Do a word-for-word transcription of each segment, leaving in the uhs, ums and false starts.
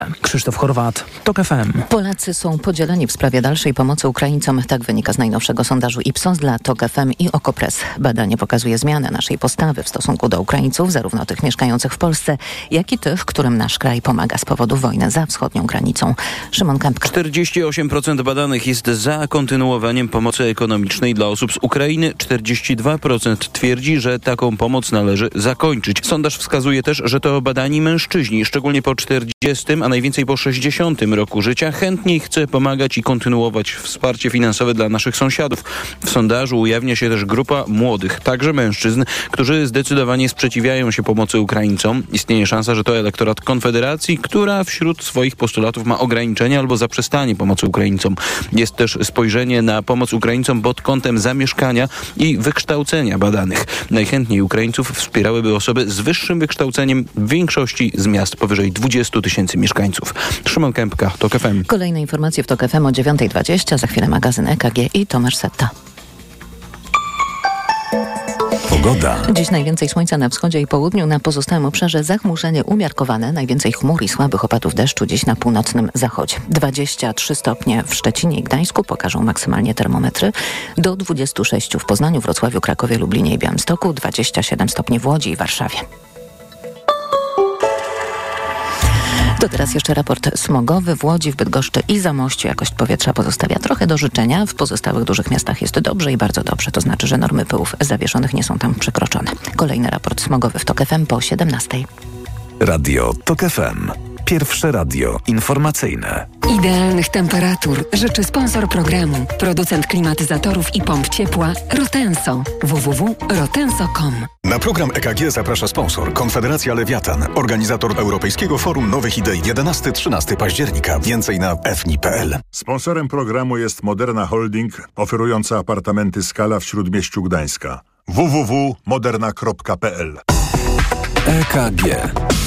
Krzysztof Chorwat, TOK F M. Polacy są podzieleni w sprawie dalszej pomocy Ukraińcom. Tak wynika z najnowszego sondażu Ipsos dla TOK F M i Okopres. Badanie pokazuje zmianę naszej postawy w stosunku do Ukraińców, zarówno tych mieszkających w Polsce, jak i tych, którym nasz kraj pomaga z powodu wojny za wschodnią granicą. Szymon Kępka. czterdzieści osiem procent badanych jest za kontynuowaniem pomocy ekonomicznej dla osób z Ukrainy. czterdzieści dwa procent twierdzi, że taką pomoc należy zakończyć. Sondaż wskazuje też, że to badani mężczyźni, szczególnie po czterdziestym, a najwięcej po sześćdziesiątym roku życia, chętniej chce pomagać i kontynuować wsparcie finansowe dla naszych sąsiadów. W sondażu ujawnia się też grupa młodych, także mężczyzn, którzy zdecydowanie sprzeciwiają się pomocy Ukraińcom. Istnieje szansa, że to elektorat Konfederacji, która wśród swoich postulatów ma ograniczenia albo zaprzestanie pomocy Ukraińcom. Jest też spojrzenie na pomoc Ukraińcom pod kątem zamieszkania i wykształcenia badanych. Najchętniej Ukraińców wspierałyby osoby z wyższym wykształceniem w większości z miast powyżej dwudziestu tysięcy mieszkańców. Szymon Kępka, TOK F M. Kolejne informacje w TOK F M o dziewiąta dwadzieścia. Za chwilę magazyn E K G i Tomasz Setta. Pogoda. Dziś najwięcej słońca na wschodzie i południu, na pozostałym obszarze zachmurzenie umiarkowane, najwięcej chmur i słabych opadów deszczu dziś na północnym zachodzie. dwadzieścia trzy stopnie w Szczecinie i Gdańsku pokażą maksymalnie termometry, do dwudziestu sześciu w Poznaniu, Wrocławiu, Krakowie, Lublinie i Białymstoku, dwadzieścia siedem stopni w Łodzi i Warszawie. To teraz jeszcze raport smogowy. W Łodzi, w Bydgoszczy i Zamościu jakość powietrza pozostawia trochę do życzenia. W pozostałych dużych miastach jest dobrze i bardzo dobrze. To znaczy, że normy pyłów zawieszonych nie są tam przekroczone. Kolejny raport smogowy w TOK F M po siedemnastej. Radio TOK F M. Pierwsze radio informacyjne. Idealnych temperatur życzy sponsor programu, producent klimatyzatorów i pomp ciepła Rotenso. w w w kropka rotenso kropka com. Na program E K G zaprasza sponsor Konfederacja Lewiatan, organizator Europejskiego Forum Nowych Idei jedenastego do trzynastego października. Więcej na f n i kropka p l. Sponsorem programu jest Moderna Holding, oferująca apartamenty Skala w Śródmieściu Gdańska. w w w kropka moderna kropka p l. E K G.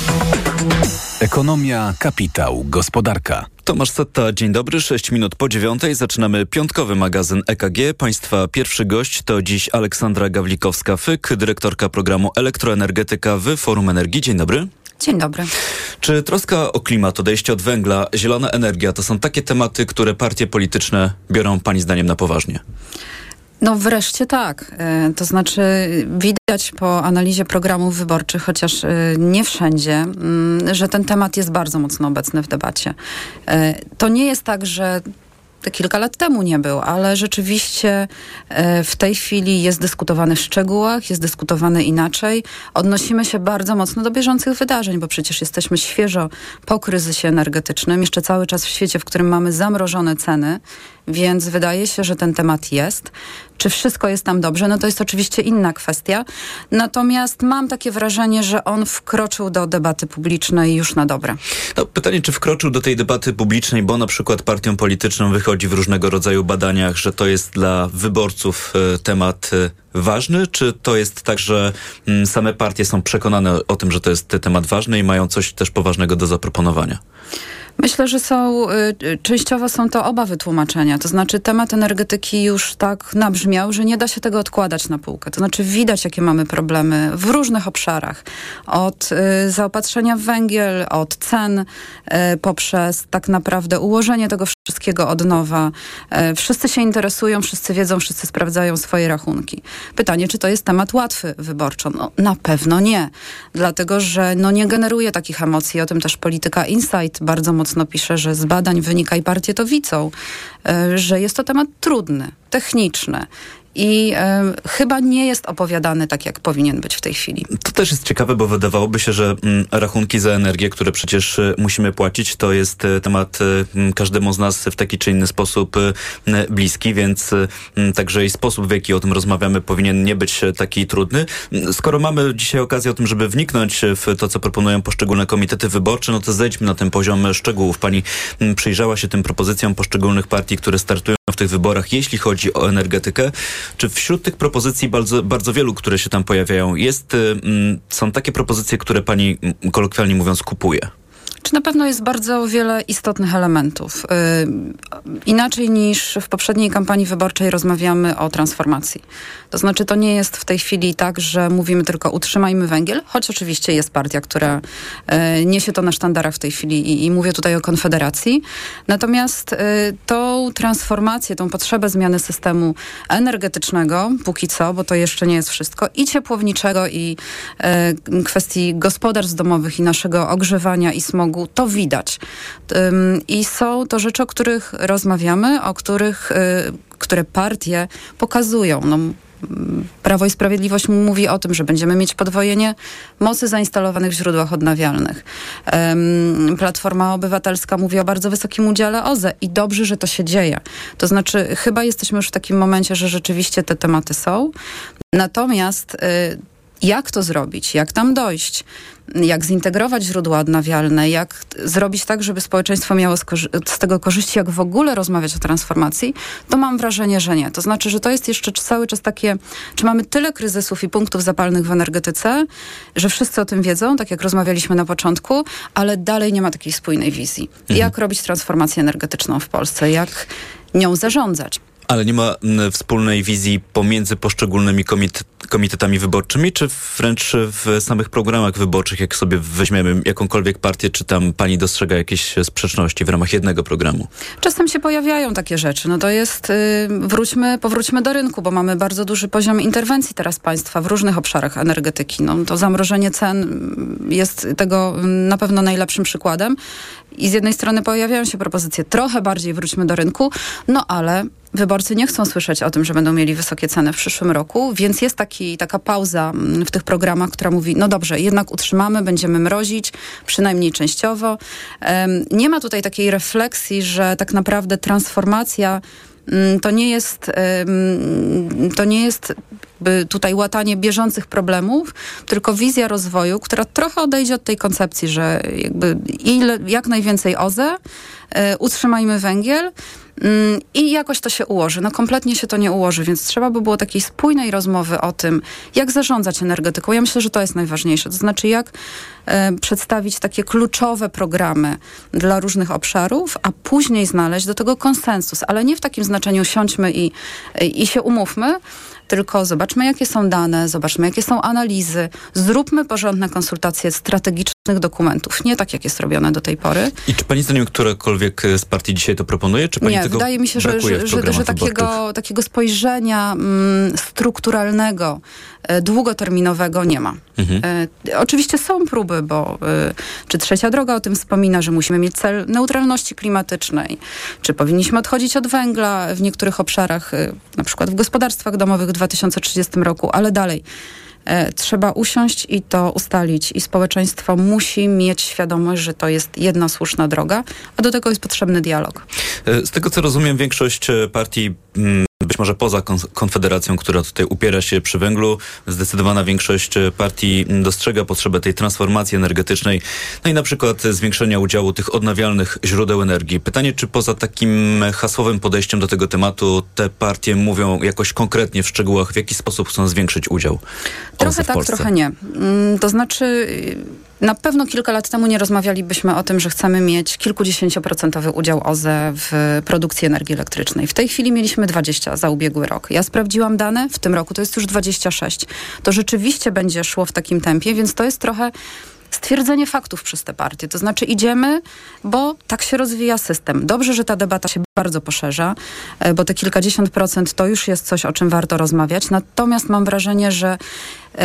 Ekonomia, kapitał, gospodarka. Tomasz Setta, dzień dobry, sześć minut po dziewiątej. Zaczynamy piątkowy magazyn E K G. Państwa pierwszy gość to dziś Aleksandra Gawlikowska-Fyk, dyrektorka programu Elektroenergetyka w Forum Energii. Dzień dobry. Dzień dobry. Czy troska o klimat, odejście od węgla, zielona energia to są takie tematy, które partie polityczne biorą pani zdaniem na poważnie? No wreszcie tak. E, to znaczy widać po analizie programów wyborczych, chociaż e, nie wszędzie, m, że ten temat jest bardzo mocno obecny w debacie. E, to nie jest tak, że kilka lat temu nie był, ale rzeczywiście e, w tej chwili jest dyskutowany w szczegółach, jest dyskutowany inaczej. Odnosimy się bardzo mocno do bieżących wydarzeń, bo przecież jesteśmy świeżo po kryzysie energetycznym, jeszcze cały czas w świecie, w którym mamy zamrożone ceny, więc wydaje się, że ten temat jest. Czy wszystko jest tam dobrze? No to jest oczywiście inna kwestia. Natomiast mam takie wrażenie, że on wkroczył do debaty publicznej już na dobre. No, pytanie, czy wkroczył do tej debaty publicznej, bo na przykład partiom politycznym wychodzi w różnego rodzaju badaniach, że to jest dla wyborców e, temat e, ważny, czy to jest tak, że m, same partie są przekonane o tym, że to jest temat ważny i mają coś też poważnego do zaproponowania? Myślę, że są, y, częściowo są to oba wytłumaczenia. To znaczy temat energetyki już tak nabrzmiał, że nie da się tego odkładać na półkę. To znaczy widać, jakie mamy problemy w różnych obszarach. Od y, zaopatrzenia w węgiel, od cen, y, poprzez tak naprawdę ułożenie tego wszystkiego od nowa. Y, wszyscy się interesują, wszyscy wiedzą, wszyscy sprawdzają swoje rachunki. Pytanie, czy to jest temat łatwy wyborczo? No, na pewno nie. Dlatego, że no, nie generuje takich emocji. O tym też Polityka Insight bardzo mocno mocno pisze, że z badań wynika i partie to widzą, że jest to temat trudny, techniczny. I e, chyba nie jest opowiadany tak, jak powinien być w tej chwili. To też jest ciekawe, bo wydawałoby się, że mm, rachunki za energię, które przecież y, musimy płacić, to jest y, temat y, każdemu z nas w taki czy inny sposób y, bliski, więc y, także i sposób, w jaki o tym rozmawiamy, powinien nie być taki trudny. Skoro mamy dzisiaj okazję o tym, żeby wniknąć w to, co proponują poszczególne komitety wyborcze, no to zejdźmy na ten poziom szczegółów. Pani y, przyjrzała się tym propozycjom poszczególnych partii, które startują w tych wyborach, jeśli chodzi o energetykę. Czy wśród tych propozycji bardzo, bardzo wielu, które się tam pojawiają, jest, y, są takie propozycje, które pani kolokwialnie mówiąc kupuje? Czy na pewno jest bardzo wiele istotnych elementów. Yy, inaczej niż w poprzedniej kampanii wyborczej rozmawiamy o transformacji. To znaczy to nie jest w tej chwili tak, że mówimy tylko utrzymajmy węgiel, choć oczywiście jest partia, która yy, niesie to na sztandarach w tej chwili i, i mówię tutaj o Konfederacji. Natomiast yy, tą transformację, tą potrzebę zmiany systemu energetycznego, póki co, bo to jeszcze nie jest wszystko, i ciepłowniczego, i yy, kwestii gospodarstw domowych i naszego ogrzewania i smogu, to widać. I są to rzeczy, o których rozmawiamy, o których, które partie pokazują. No, Prawo i Sprawiedliwość mówi o tym, że będziemy mieć podwojenie mocy zainstalowanych w źródłach odnawialnych. Platforma Obywatelska mówi o bardzo wysokim udziale O Z E i dobrze, że to się dzieje. To znaczy, chyba jesteśmy już w takim momencie, że rzeczywiście te tematy są. Natomiast jak to zrobić? Jak tam dojść? Jak zintegrować źródła odnawialne? Jak zrobić tak, żeby społeczeństwo miało z tego korzyści? Jak w ogóle rozmawiać o transformacji? To mam wrażenie, że nie. To znaczy, że to jest jeszcze cały czas takie, czy mamy tyle kryzysów i punktów zapalnych w energetyce, że wszyscy o tym wiedzą, tak jak rozmawialiśmy na początku, ale dalej nie ma takiej spójnej wizji. Mhm. Jak robić transformację energetyczną w Polsce? Jak nią zarządzać? Ale nie ma m, wspólnej wizji pomiędzy poszczególnymi komit- komitetami wyborczymi, czy wręcz w samych programach wyborczych, jak sobie weźmiemy jakąkolwiek partię, czy tam pani dostrzega jakieś sprzeczności w ramach jednego programu? Czasem się pojawiają takie rzeczy. No to jest, yy, wróćmy, powróćmy do rynku, bo mamy bardzo duży poziom interwencji teraz państwa w różnych obszarach energetyki. No, to zamrożenie cen jest tego na pewno najlepszym przykładem. I z jednej strony pojawiają się propozycje trochę bardziej wróćmy do rynku, no ale wyborcy nie chcą słyszeć o tym, że będą mieli wysokie ceny w przyszłym roku, więc jest taki, taka pauza w tych programach, która mówi, no dobrze, jednak utrzymamy, będziemy mrozić, przynajmniej częściowo. Um, nie ma tutaj takiej refleksji, że tak naprawdę transformacja um, to nie jest, um, to nie jest tutaj łatanie bieżących problemów, tylko wizja rozwoju, która trochę odejdzie od tej koncepcji, że jakby ile, jak najwięcej O Z E, y, utrzymajmy węgiel, i jakoś to się ułoży. No kompletnie się to nie ułoży, więc trzeba by było takiej spójnej rozmowy o tym, jak zarządzać energetyką. Ja myślę, że to jest najważniejsze. To znaczy, jak e, przedstawić takie kluczowe programy dla różnych obszarów, a później znaleźć do tego konsensus. Ale nie w takim znaczeniu siądźmy i, i, i się umówmy, tylko zobaczmy, jakie są dane, zobaczmy, jakie są analizy, zróbmy porządne konsultacje strategicznych dokumentów, nie tak, jak jest robione do tej pory. I czy pani zdaniem którakolwiek z partii dzisiaj to proponuje, czy pani nie, tego wydaje mi się, że, że, że, że takiego, takiego spojrzenia mm, strukturalnego, e, długoterminowego nie ma. Mhm. E, oczywiście są próby, bo e, czy Trzecia Droga o tym wspomina, że musimy mieć cel neutralności klimatycznej, czy powinniśmy odchodzić od węgla w niektórych obszarach, e, na przykład w gospodarstwach domowych w dwa tysiące trzydziestym roku, ale dalej. E, trzeba usiąść i to ustalić i społeczeństwo musi mieć świadomość, że to jest jedna słuszna droga, a do tego jest potrzebny dialog. Z tego co rozumiem, większość partii mm, być może poza Konfederacją, która tutaj upiera się przy węglu, zdecydowana większość partii dostrzega potrzebę tej transformacji energetycznej, no i na przykład zwiększenia udziału tych odnawialnych źródeł energii. Pytanie, czy poza takim hasłowym podejściem do tego tematu te partie mówią jakoś konkretnie w szczegółach, w jaki sposób chcą zwiększyć udział Trochę O Z E w tak, Polsce? trochę nie. To znaczy, na pewno kilka lat temu nie rozmawialibyśmy o tym, że chcemy mieć kilkudziesięcioprocentowy udział O Z E w produkcji energii elektrycznej. W tej chwili mieliśmy dwadzieścia za ubiegły rok. Ja sprawdziłam dane, w tym roku to jest już dwadzieścia sześć. To rzeczywiście będzie szło w takim tempie, więc to jest trochę stwierdzenie faktów przez te partie. To znaczy idziemy, bo tak się rozwija system. Dobrze, że ta debata się bardzo poszerza, bo te kilkadziesiąt procent to już jest coś, o czym warto rozmawiać. Natomiast mam wrażenie, że yy,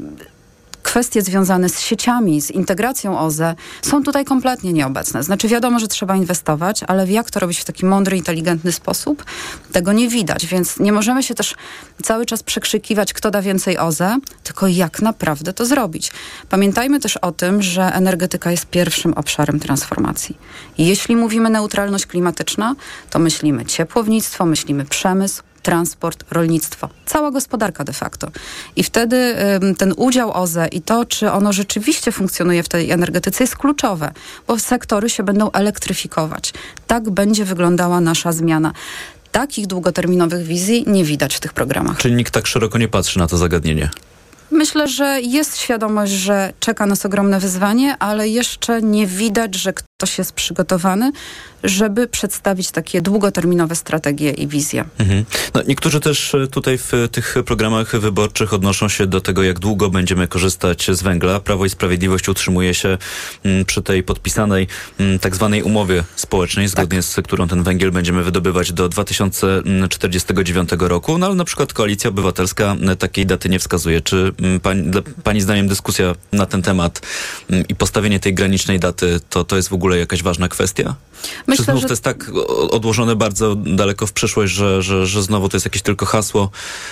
kwestie związane z sieciami, z integracją O Z E są tutaj kompletnie nieobecne. Znaczy wiadomo, że trzeba inwestować, ale jak to robić w taki mądry, inteligentny sposób, tego nie widać. Więc nie możemy się też cały czas przekrzykiwać, kto da więcej O Z E, tylko jak naprawdę to zrobić. Pamiętajmy też o tym, że energetyka jest pierwszym obszarem transformacji. I jeśli mówimy neutralność klimatyczna, to myślimy ciepłownictwo, myślimy przemysł, transport, rolnictwo, cała gospodarka de facto. I wtedy ym, ten udział O Z E i to, czy ono rzeczywiście funkcjonuje w tej energetyce jest kluczowe, bo sektory się będą elektryfikować. Tak będzie wyglądała nasza zmiana. Takich długoterminowych wizji nie widać w tych programach. Czyli nikt tak szeroko nie patrzy na to zagadnienie? Myślę, że jest świadomość, że czeka nas ogromne wyzwanie, ale jeszcze nie widać, że ktoś jest przygotowany, żeby przedstawić takie długoterminowe strategie i wizje. Mhm. No, niektórzy też tutaj w tych programach wyborczych odnoszą się do tego, jak długo będziemy korzystać z węgla. Prawo i Sprawiedliwość utrzymuje się m, przy tej podpisanej m, tak zwanej umowie społecznej, zgodnie tak. z którą ten węgiel będziemy wydobywać do dwa tysiące czterdziestego dziewiątego roku, no ale na przykład Koalicja Obywatelska takiej daty nie wskazuje. Czy m, pani, dla, pani zdaniem dyskusja na ten temat m, i postawienie tej granicznej daty, to, to jest w ogóle jakaś ważna kwestia? Myślę, Czy znów że... to jest tak odłożone bardzo daleko w przyszłość, że, że, że znowu to jest jakieś tylko hasło,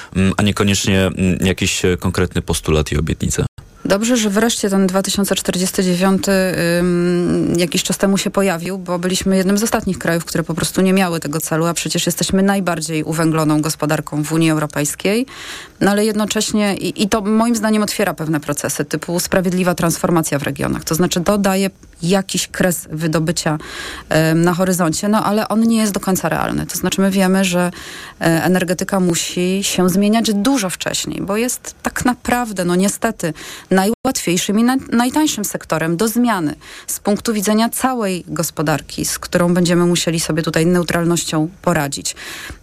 a niekoniecznie jakiś konkretny postulat i obietnica? Dobrze, że wreszcie ten dwa tysiące czterdziesty dziewiąty ym, jakiś czas temu się pojawił, bo byliśmy jednym z ostatnich krajów, które po prostu nie miały tego celu, a przecież jesteśmy najbardziej uwęgloną gospodarką w Unii Europejskiej. No ale jednocześnie, i, i to moim zdaniem otwiera pewne procesy, typu sprawiedliwa transformacja w regionach. To znaczy to daje jakiś kres wydobycia ym, na horyzoncie, no ale on nie jest do końca realny. To znaczy my wiemy, że y, energetyka musi się zmieniać dużo wcześniej, bo jest tak naprawdę, no niestety, najłatwiejszym i na, najtańszym sektorem do zmiany z punktu widzenia całej gospodarki, z którą będziemy musieli sobie tutaj neutralnością poradzić.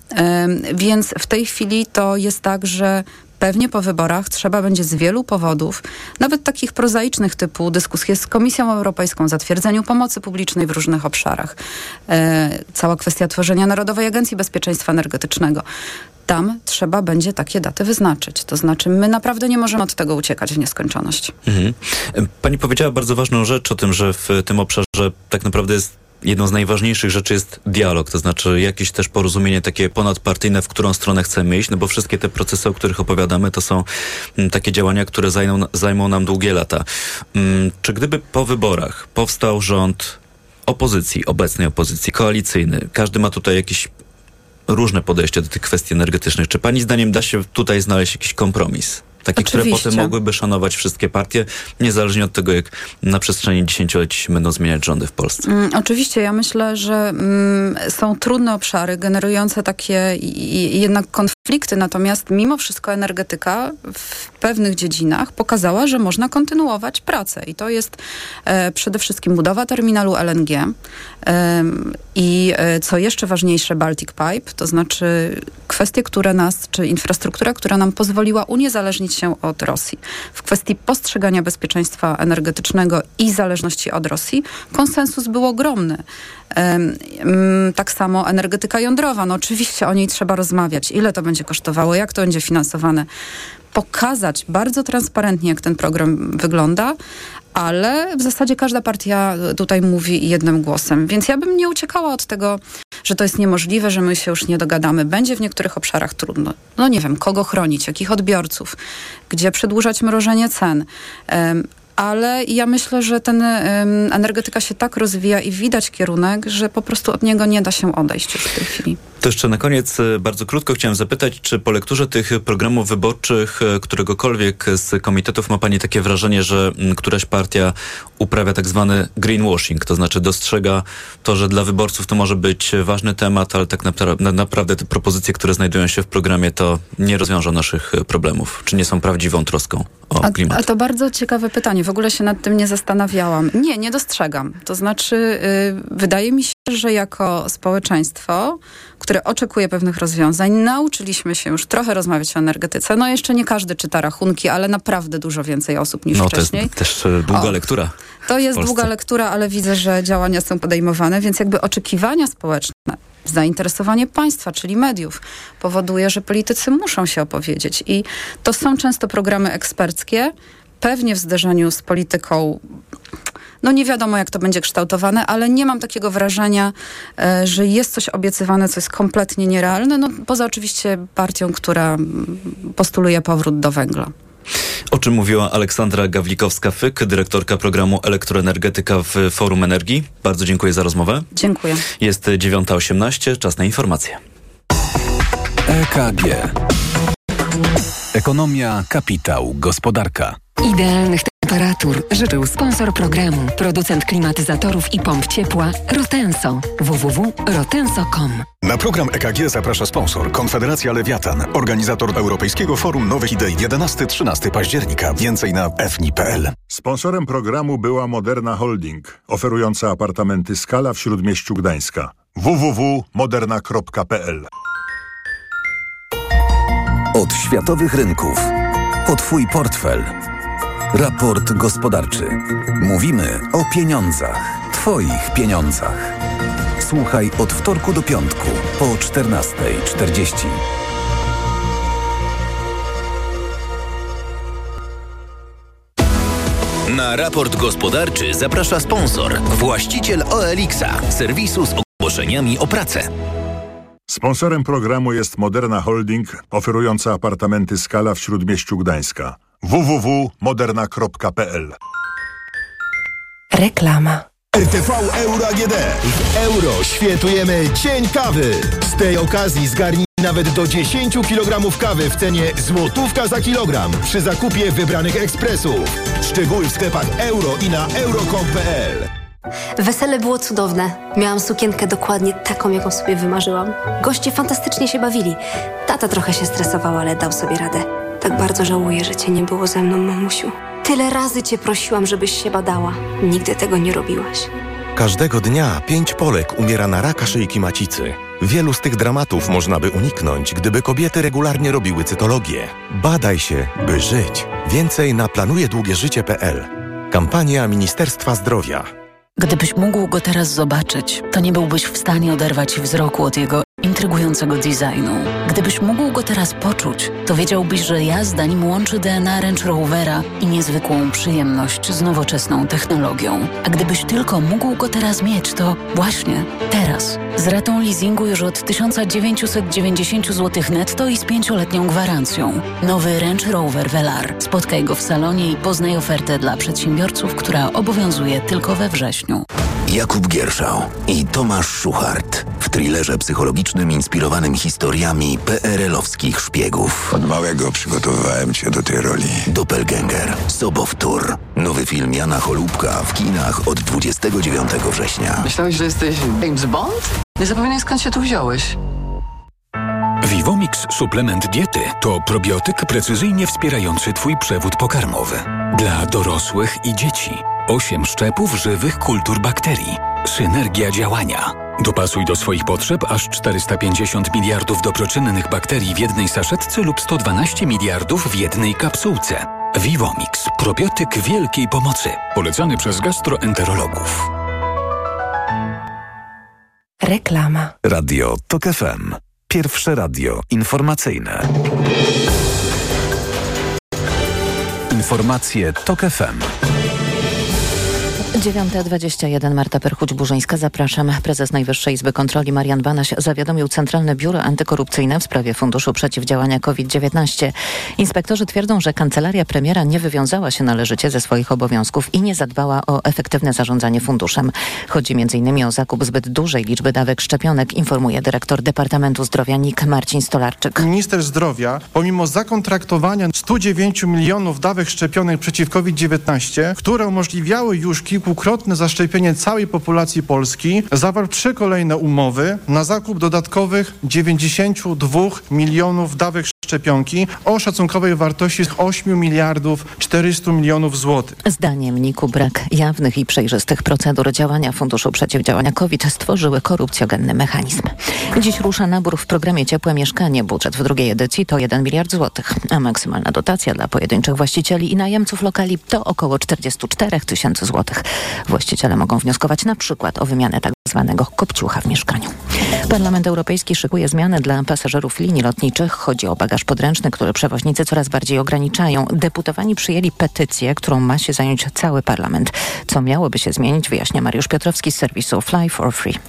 Ym, więc w tej chwili to jest tak, że pewnie po wyborach trzeba będzie z wielu powodów, nawet takich prozaicznych typu dyskusje z Komisją Europejską, zatwierdzeniu pomocy publicznej w różnych obszarach, e, cała kwestia tworzenia Narodowej Agencji Bezpieczeństwa Energetycznego. Tam trzeba będzie takie daty wyznaczyć. To znaczy my naprawdę nie możemy od tego uciekać w nieskończoność. Mhm. Pani powiedziała bardzo ważną rzecz o tym, że w tym obszarze tak naprawdę jest jedną z najważniejszych rzeczy jest dialog, to znaczy jakieś też porozumienie takie ponadpartyjne, w którą stronę chcemy iść, no bo wszystkie te procesy, o których opowiadamy, to są m, takie działania, które zajmą, zajmą nam długie lata. Um, czy gdyby po wyborach powstał rząd opozycji, obecnej opozycji, koalicyjny, każdy ma tutaj jakieś różne podejście do tych kwestii energetycznych, czy pani zdaniem da się tutaj znaleźć jakiś kompromis? Takie, Oczywiście. które potem mogłyby szanować wszystkie partie, niezależnie od tego, jak na przestrzeni dziesięcioleci się będą zmieniać rządy w Polsce. Mm, oczywiście, ja myślę, że mm, są trudne obszary generujące takie i, i jednak konflikty, natomiast mimo wszystko energetyka w pewnych dziedzinach pokazała, że można kontynuować pracę i to jest e, przede wszystkim budowa terminalu L N G e, i e, co jeszcze ważniejsze Baltic Pipe, to znaczy kwestie, które nas, czy infrastruktura, która nam pozwoliła uniezależnić się od Rosji. W kwestii postrzegania bezpieczeństwa energetycznego i zależności od Rosji konsensus był ogromny. Tak samo energetyka jądrowa. No oczywiście o niej trzeba rozmawiać. Ile to będzie kosztowało, jak to będzie finansowane. Pokazać bardzo transparentnie, jak ten program wygląda, ale w zasadzie każda partia tutaj mówi jednym głosem. Więc ja bym nie uciekała od tego, że to jest niemożliwe, że my się już nie dogadamy. Będzie w niektórych obszarach trudno. No nie wiem, kogo chronić, jakich odbiorców, gdzie przedłużać mrożenie cen. Um, ale ja myślę, że ten um, energetyka się tak rozwija i widać kierunek, że po prostu od niego nie da się odejść już w tej chwili. To jeszcze na koniec bardzo krótko chciałem zapytać, czy po lekturze tych programów wyborczych któregokolwiek z komitetów ma pani takie wrażenie, że któraś partia uprawia tak zwany greenwashing, to znaczy dostrzega to, że dla wyborców to może być ważny temat, ale tak napra- naprawdę te propozycje, które znajdują się w programie, to nie rozwiążą naszych problemów, czy nie są prawdziwą troską o a, klimat? A to bardzo ciekawe pytanie, w ogóle się nad tym nie zastanawiałam. Nie, nie dostrzegam. To znaczy yy, wydaje mi się, że jako społeczeństwo, które oczekuje pewnych rozwiązań, nauczyliśmy się już trochę rozmawiać o energetyce. No jeszcze nie każdy czyta rachunki, ale naprawdę dużo więcej osób niż no, wcześniej. No to jest też długa o, lektura. To jest długa lektura, ale widzę, że działania są podejmowane, więc jakby oczekiwania społeczne, zainteresowanie państwa, czyli mediów, powoduje, że politycy muszą się opowiedzieć. I to są często programy eksperckie, pewnie w zderzeniu z polityką. No nie wiadomo, jak to będzie kształtowane, ale nie mam takiego wrażenia, e, że jest coś obiecywane, co jest kompletnie nierealne. No poza oczywiście partią, która postuluje powrót do węgla. O czym mówiła Aleksandra Gawlikowska-Fyk, dyrektorka programu Elektroenergetyka w Forum Energii. Bardzo dziękuję za rozmowę. Dziękuję. Jest dziewiąta osiemnaście, czas na informacje. E K G. Ekonomia, kapitał, gospodarka. Idealnych Temperatur życzył sponsor programu, producent klimatyzatorów i pomp ciepła Rotenso. w w w kropka rotenso kropka com. Na program E K G zaprasza sponsor Konfederacja Lewiatan, organizator Europejskiego Forum Nowych Idei jedenastego do trzynastego października. Więcej na f n i kropka p l. Sponsorem programu była Moderna Holding, oferująca apartamenty Skala w Śródmieściu Gdańska. w w w kropka moderna kropka p l. Od światowych rynków po Twój portfel. Raport gospodarczy. Mówimy o pieniądzach. Twoich pieniądzach. Słuchaj od wtorku do piątku po czternasta czterdzieści. Na raport gospodarczy zaprasza sponsor, właściciel O L X-a, serwisu z ogłoszeniami o pracę. Sponsorem programu jest Moderna Holding, oferująca apartamenty Skala w Śródmieściu Gdańska. w w w kropka moderna kropka p l. Reklama. R T V Euro A G D. W euro świętujemy Dzień Kawy. Z tej okazji zgarnij nawet do dziesięć kilogramów kawy w cenie złotówka za kilogram przy zakupie wybranych ekspresów. Szczegóły w sklepach euro i na euro kropka com kropka p l. Wesele było cudowne. Miałam sukienkę dokładnie taką, jaką sobie wymarzyłam. Goście fantastycznie się bawili. Tata trochę się stresował, ale dał sobie radę. Tak bardzo żałuję, że cię nie było ze mną, mamusiu. Tyle razy cię prosiłam, żebyś się badała. Nigdy tego nie robiłaś. Każdego dnia pięć Polek umiera na raka szyjki macicy. Wielu z tych dramatów można by uniknąć, gdyby kobiety regularnie robiły cytologię. Badaj się, by żyć. Więcej na planuje długie życie kropka p l. Kampania Ministerstwa Zdrowia. Gdybyś mógł go teraz zobaczyć, to nie byłbyś w stanie oderwać wzroku od jego intrygującego designu. Gdybyś mógł go teraz poczuć, to wiedziałbyś, że jazda nim łączy D N A Range Rovera i niezwykłą przyjemność z nowoczesną technologią. A gdybyś tylko mógł go teraz mieć, to właśnie teraz. Z ratą leasingu już od tysiąc dziewięćset dziewięćdziesiąt złotych netto i z pięcioletnią gwarancją. Nowy Range Rover Velar. Spotkaj go w salonie i poznaj ofertę dla przedsiębiorców, która obowiązuje tylko we wrześniu. Jakub Gierszał i Tomasz Szuchart w thrillerze psychologicznym inspirowanym historiami P R L-owskich szpiegów. Od małego przygotowywałem cię do tej roli. Doppelgänger, Sobowtór. Nowy film Jana Cholubka w kinach od dwudziestego dziewiątego września. Myślałeś, że jesteś James Bond? Nie zapewne skąd się tu wziąłeś. Vivomix suplement diety to probiotyk precyzyjnie wspierający Twój przewód pokarmowy. Dla dorosłych i dzieci. Osiem szczepów żywych kultur bakterii. Synergia działania. Dopasuj do swoich potrzeb aż czterysta pięćdziesiąt miliardów dobroczynnych bakterii w jednej saszetce lub sto dwanaście miliardów w jednej kapsułce. Vivomix. Probiotyk wielkiej pomocy. Polecany przez gastroenterologów. Reklama. Radio TOK F M. Pierwsze radio informacyjne. Informacje TOK F M. dziewiąta dwadzieścia jeden, Marta Perchuć-Burzyńska, zapraszam. Prezes Najwyższej Izby Kontroli Marian Banaś zawiadomił Centralne Biuro Antykorupcyjne w sprawie Funduszu Przeciwdziałania COVID dziewiętnaście. Inspektorzy twierdzą, że kancelaria premiera nie wywiązała się należycie ze swoich obowiązków i nie zadbała o efektywne zarządzanie funduszem. Chodzi między innymi o zakup zbyt dużej liczby dawek szczepionek, informuje dyrektor Departamentu Zdrowia N I K Marcin Stolarczyk. Minister zdrowia, pomimo zakontraktowania stu dziewięciu milionów dawek szczepionek przeciw COVID dziewiętnaście, które umożliwiały już kilku Kilkukrotne zaszczepienie całej populacji Polski, zawarł trzy kolejne umowy na zakup dodatkowych dziewięćdziesięciu dwóch milionów dawek szczepionki o szacunkowej wartości ośmiu miliardów czterystu milionów złotych. Zdaniem N I K-u brak jawnych i przejrzystych procedur działania Funduszu Przeciwdziałania COVID stworzyły korupcjogenny mechanizm. Dziś rusza nabór w programie Ciepłe Mieszkanie. Budżet w drugiej edycji to jeden miliard złotych, a maksymalna dotacja dla pojedynczych właścicieli i najemców lokali to około czterdzieści cztery tysiące złotych. Właściciele mogą wnioskować na przykład o wymianę tak zwanego kopciucha w mieszkaniu. Parlament Europejski szykuje zmiany dla pasażerów linii lotniczych. Chodzi o bagaż podręczny, który przewoźnicy coraz bardziej ograniczają. Deputowani przyjęli petycję, którą ma się zająć cały parlament. Co miałoby się zmienić, wyjaśnia Mariusz Piotrowski z serwisu Fly for Free.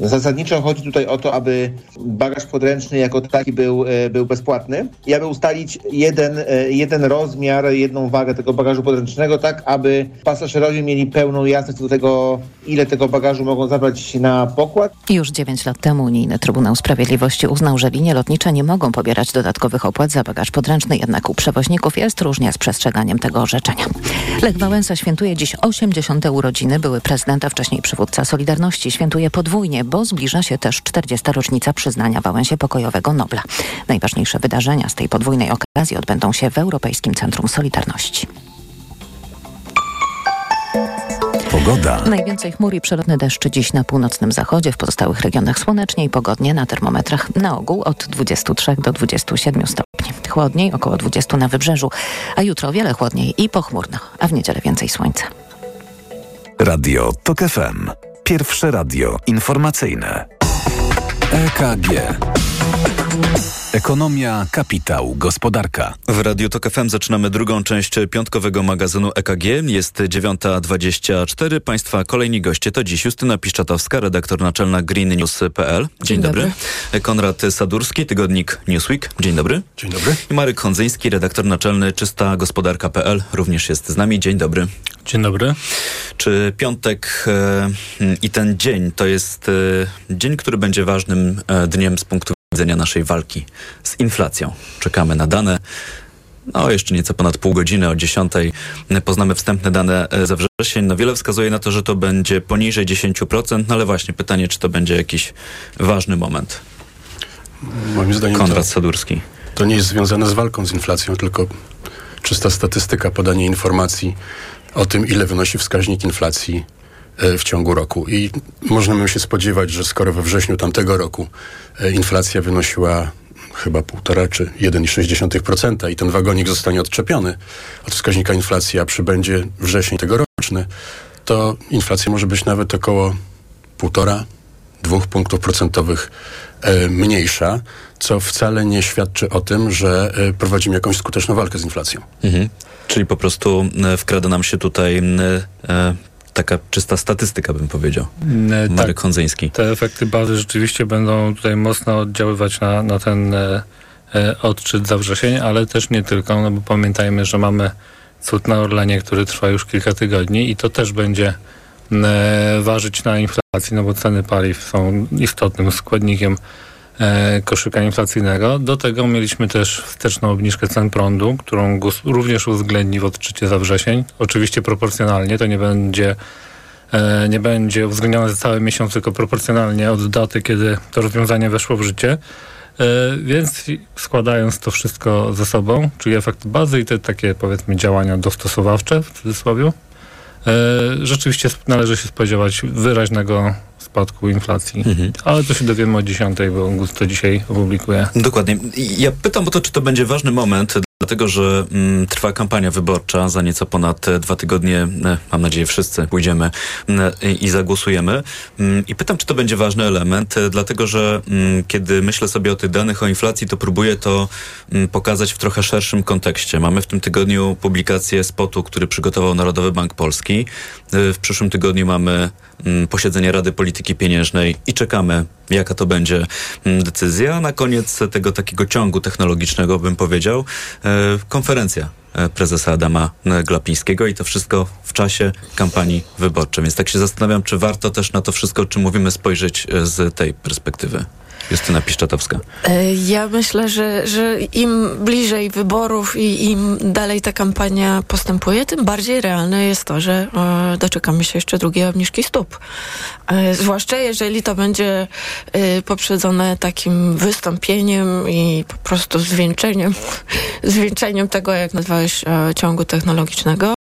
Zasadniczo chodzi tutaj o to, aby bagaż podręczny jako taki był, był bezpłatny i aby ustalić jeden, jeden rozmiar, jedną wagę tego bagażu podręcznego, tak aby pasażerowie mieli pełną jasność do tego, ile tego bagażu mogą zabrać na pokład. Już dziewięć lat temu Unijny Trybunał Sprawiedliwości uznał, że linie lotnicze nie mogą pobierać dodatkowych opłat za bagaż podręczny, jednak u przewoźników jest różnie z przestrzeganiem tego orzeczenia. Lech Wałęsa świętuje dziś osiemdziesiąte urodziny. Były prezydent, a wcześniej przywódca Solidarności świętuje podwójnie, bo zbliża się też czterdziesta rocznica przyznania Wałęsie pokojowego Nobla. Najważniejsze wydarzenia z tej podwójnej okazji odbędą się w Europejskim Centrum Solidarności. Pogoda. Najwięcej chmur i przelotny deszcz dziś na północnym zachodzie, w pozostałych regionach słonecznie i pogodnie, na termometrach na ogół od dwudziestu trzech do dwudziestu siedmiu stopni. Chłodniej, około dwudziestu na wybrzeżu, a jutro o wiele chłodniej i pochmurno, a w niedzielę więcej słońca. Radio TOK F M. Pierwsze radio informacyjne. E K G. Ekonomia, kapitał, gospodarka. W Radiu Tok F M zaczynamy drugą część piątkowego magazynu E K G. Jest dziewiąta dwadzieścia cztery. Państwa kolejni goście to dziś Justyna Piszczatowska, redaktor naczelna green news kropka p l. Dzień, Dzień dobry. dobry. Konrad Sadurski, tygodnik Newsweek. Dzień dobry. Dzień dobry. I Marek Hondzyński, redaktor naczelny czysta gospodarka kropka p l. Również jest z nami. Dzień dobry. Dzień dobry. Czy piątek e, i ten dzień to jest e, dzień, który będzie ważnym e, dniem z punktu widzenia naszej walki z inflacją? Czekamy na dane. No, jeszcze nieco ponad pół godziny, o dziesiątej poznamy wstępne dane za wrzesień. No, wiele wskazuje na to, że to będzie poniżej dziesięć procent, no ale właśnie pytanie, czy to będzie jakiś ważny moment? Moim zdaniem Konrad to, Sadurski. To nie jest związane z walką z inflacją, tylko czysta statystyka, podanie informacji o tym, ile wynosi wskaźnik inflacji w ciągu roku. I możemy się spodziewać, że skoro we wrześniu tamtego roku inflacja wynosiła chyba półtora czy jeden przecinek sześć procent i ten wagonik zostanie odczepiony od wskaźnika inflacji, a przybędzie wrzesień tegoroczny, to inflacja może być nawet około półtora, dwóch punktów procentowych e, mniejsza, co wcale nie świadczy o tym, że e, prowadzimy jakąś skuteczną walkę z inflacją. Mhm. Czyli po prostu e, wkrada nam się tutaj e, taka czysta statystyka, bym powiedział. E, Marek tak, Hondzyński. Te efekty bazy rzeczywiście będą tutaj mocno oddziaływać na, na ten e, e, odczyt za wrzesień, ale też nie tylko, no bo pamiętajmy, że mamy cud na Orlenie, który trwa już kilka tygodni i to też będzie e, ważyć na inflacji, no bo ceny paliw są istotnym składnikiem e, koszyka inflacyjnego. Do tego mieliśmy też wsteczną obniżkę cen prądu, którą GUS również uwzględni w odczycie za wrzesień. Oczywiście proporcjonalnie, to nie będzie e, nie będzie uwzględnione za cały miesiąc, tylko proporcjonalnie od daty, kiedy to rozwiązanie weszło w życie. E, więc składając to wszystko ze sobą, czyli efekt bazy i te takie, powiedzmy, działania dostosowawcze w cudzysłowie, e, rzeczywiście należy się spodziewać wyraźnego spadku inflacji. Mhm. Ale to się dowiemy o dziesiątej, bo GUS to dzisiaj opublikuje. Dokładnie. Ja pytam o to, czy to będzie ważny moment, dlatego że mm, trwa kampania wyborcza. Za nieco ponad e, dwa tygodnie, e, mam nadzieję, wszyscy pójdziemy e, i zagłosujemy. Mm, I pytam, czy to będzie ważny element, e, dlatego że mm, kiedy myślę sobie o tych danych o inflacji, to próbuję to mm, pokazać w trochę szerszym kontekście. Mamy w tym tygodniu publikację spotu, który przygotował Narodowy Bank Polski. E, w przyszłym tygodniu mamy mm, posiedzenie Rady Polityki Pieniężnej i czekamy, jaka to będzie mm, decyzja. A na koniec tego takiego ciągu technologicznego, bym powiedział, e, konferencja prezesa Adama Glapińskiego i to wszystko w czasie kampanii wyborczej. Więc tak się zastanawiam, czy warto też na to wszystko, o czym mówimy, spojrzeć z tej perspektywy. Justyna Piszczatowska. Ja myślę, że, że im bliżej wyborów i im dalej ta kampania postępuje, tym bardziej realne jest to, że e, doczekamy się jeszcze drugiej obniżki stóp. E, zwłaszcza jeżeli to będzie e, poprzedzone takim wystąpieniem i po prostu zwieńczeniem, zwieńczeniem tego, jak nazwałeś, e, ciągu technologicznego.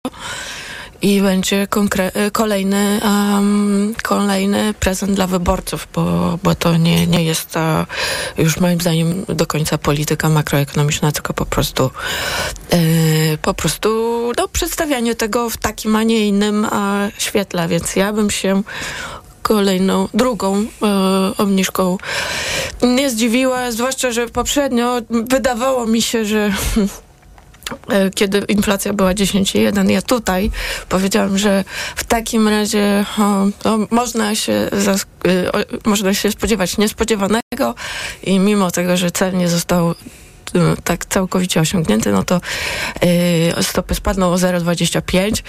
I będzie konkre- kolejny, um, kolejny prezent dla wyborców, bo, bo to nie, nie jest to już moim zdaniem do końca polityka makroekonomiczna, tylko po prostu yy, po prostu no, przedstawianie tego w takim, a nie innym a, świetle. Więc ja bym się kolejną, drugą e, obniżką nie zdziwiła, zwłaszcza, że poprzednio wydawało mi się, że kiedy inflacja była dziesięć przecinek jeden. Ja tutaj powiedziałam, że w takim razie o, to można się zask- o, można się spodziewać niespodziewanego i mimo tego, że cel nie został tak całkowicie osiągnięty, no to yy, stopy spadną o zero przecinek dwadzieścia pięć,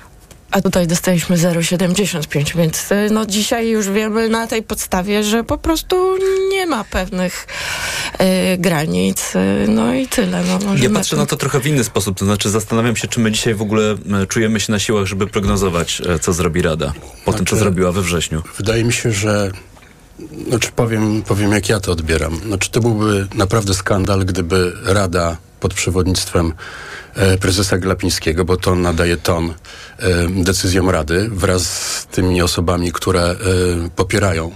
a tutaj dostaliśmy zero przecinek siedemdziesiąt pięć, więc no dzisiaj już wiemy na tej podstawie, że po prostu nie ma pewnych y, granic, y, no i tyle. No, ja patrzę na to trochę w inny sposób, to znaczy zastanawiam się, czy my dzisiaj w ogóle czujemy się na siłach, żeby prognozować, co zrobi Rada po znaczy, tym, co zrobiła we wrześniu. Wydaje mi się, że znaczy powiem, powiem jak ja to odbieram. Znaczy to byłby naprawdę skandal, gdyby Rada pod przewodnictwem e, prezesa Glapińskiego, bo to nadaje ton e, decyzjom Rady wraz z tymi osobami, które e, popierają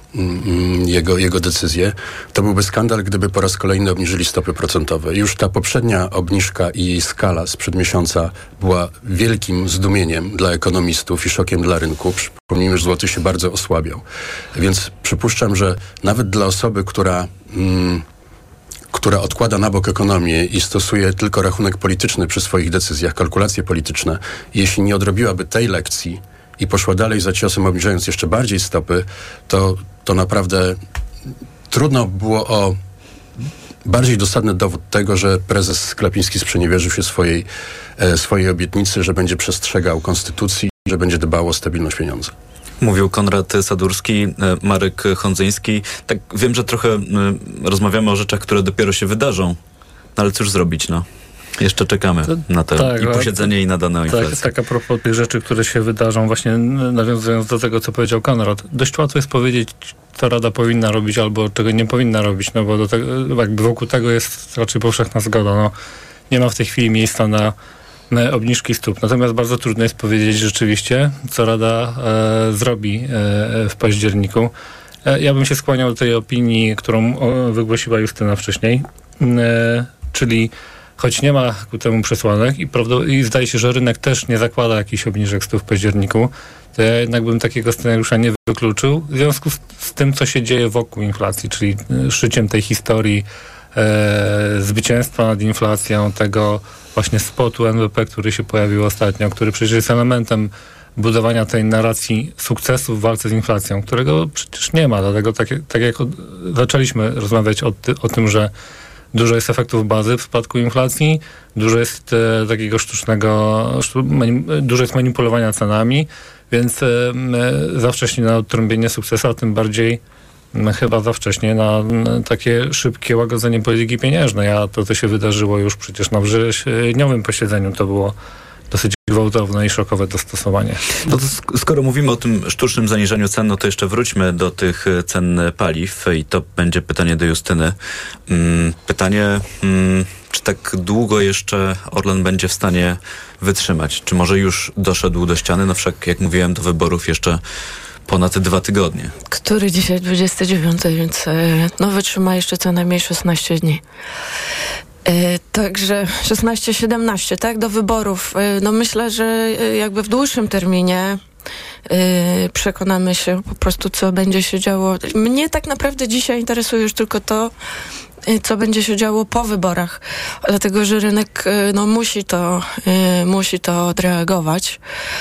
mm, jego, jego decyzje. To byłby skandal, gdyby po raz kolejny obniżyli stopy procentowe. Już ta poprzednia obniżka i jej skala sprzed miesiąca była wielkim zdumieniem dla ekonomistów i szokiem dla rynku. Przypomnijmy, że złoty się bardzo osłabiał. Więc przypuszczam, że nawet dla osoby, która... Mm, która odkłada na bok ekonomię i stosuje tylko rachunek polityczny przy swoich decyzjach, kalkulacje polityczne, jeśli nie odrobiłaby tej lekcji i poszła dalej za ciosem, obniżając jeszcze bardziej stopy, to, to naprawdę trudno było o bardziej dosadny dowód tego, że prezes Glapiński sprzeniewierzył się swojej, e, swojej obietnicy, że będzie przestrzegał konstytucji, że będzie dbał o stabilność pieniądza. Mówił Konrad Sadurski, Marek Hondzyński. Tak, wiem, że trochę y, rozmawiamy o rzeczach, które dopiero się wydarzą, no ale cóż zrobić, no. Jeszcze czekamy to, na to tak, i posiedzenie, i na daną inflację. Tak, tak, a propos tych rzeczy, które się wydarzą, właśnie nawiązując do tego, co powiedział Konrad, dość łatwo jest powiedzieć, co Rada powinna robić albo czego nie powinna robić, no bo do tego, jakby wokół tego jest raczej powszechna zgoda. No, nie ma w tej chwili miejsca na obniżki stóp. Natomiast bardzo trudno jest powiedzieć rzeczywiście, co Rada e, zrobi e, w październiku. E, ja bym się skłaniał do tej opinii, którą o, wygłosiła Justyna wcześniej, e, czyli choć nie ma ku temu przesłanek i, prawdo, i zdaje się, że rynek też nie zakłada jakichś obniżek stóp w październiku, to ja jednak bym takiego scenariusza nie wykluczył w związku z, z tym, co się dzieje wokół inflacji, czyli szyciem tej historii e, zwycięstwa nad inflacją, tego właśnie spotu N B P, który się pojawił ostatnio, który przecież jest elementem budowania tej narracji sukcesu w walce z inflacją, którego przecież nie ma. Dlatego tak, tak jak od, zaczęliśmy rozmawiać o, ty, o tym, że dużo jest efektów bazy w spadku inflacji, dużo jest e, takiego sztucznego, sztu, mani, dużo jest manipulowania cenami, więc e, za wcześnie na odtrąbienie sukcesu, a tym bardziej m, chyba za wcześnie na, na takie szybkie łagodzenie polityki pieniężnej, a to, co się wydarzyło już przecież na wrześniowym posiedzeniu, to było dosyć gwałtowne i szokowe dostosowanie. No to skoro mówimy o tym sztucznym zaniżaniu cen, no to jeszcze wróćmy do tych cen paliw i to będzie pytanie do Justyny. Pytanie, czy tak długo jeszcze Orlen będzie w stanie wytrzymać? Czy może już doszedł do ściany? No wszak, jak mówiłem, do wyborów jeszcze ponad dwa tygodnie. Który dzisiaj dwudziesty dziewiąty, więc no wytrzyma jeszcze co najmniej szesnaście dni. Yy, także szesnaście siedemnaście, tak, do wyborów. Yy, no myślę, że yy, jakby w dłuższym terminie yy, przekonamy się po prostu, co będzie się działo. Mnie tak naprawdę dzisiaj interesuje już tylko to, yy, co będzie się działo po wyborach, dlatego, że rynek yy, no musi to, yy, musi to odreagować.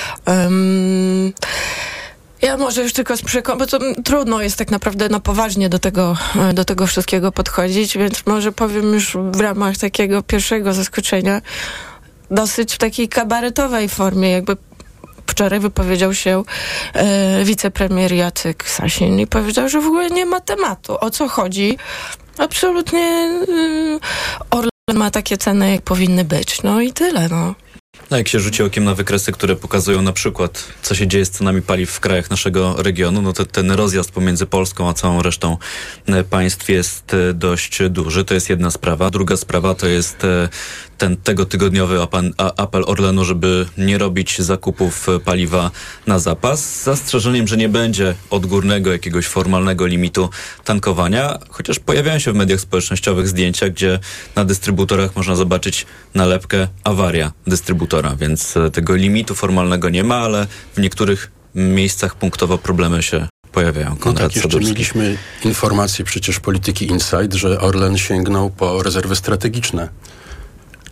Yy, Ja może już tylko z przekonań, bo to trudno jest tak naprawdę na poważnie do tego, do tego wszystkiego podchodzić, więc może powiem już w ramach takiego pierwszego zaskoczenia, dosyć w takiej kabaretowej formie, jakby wczoraj wypowiedział się e, wicepremier Jacek Sasin i powiedział, że w ogóle nie ma tematu. O co chodzi? Absolutnie e, Orlen ma takie ceny, jak powinny być. No i tyle, no. No jak się rzuci okiem na wykresy, które pokazują na przykład, co się dzieje z cenami paliw w krajach naszego regionu, no to ten rozjazd pomiędzy Polską a całą resztą państw jest dość duży. To jest jedna sprawa. Druga sprawa to jest ten tegotygodniowy apel Orlenu, żeby nie robić zakupów paliwa na zapas, z zastrzeżeniem, że nie będzie odgórnego jakiegoś formalnego limitu tankowania, chociaż pojawiają się w mediach społecznościowych zdjęcia, gdzie na dystrybutorach można zobaczyć nalepkę awaria dystrybutora, więc tego limitu formalnego nie ma, ale w niektórych miejscach punktowo problemy się pojawiają. No tak, jeszcze mieliśmy informację przecież polityki Insight, że Orlen sięgnął po rezerwy strategiczne.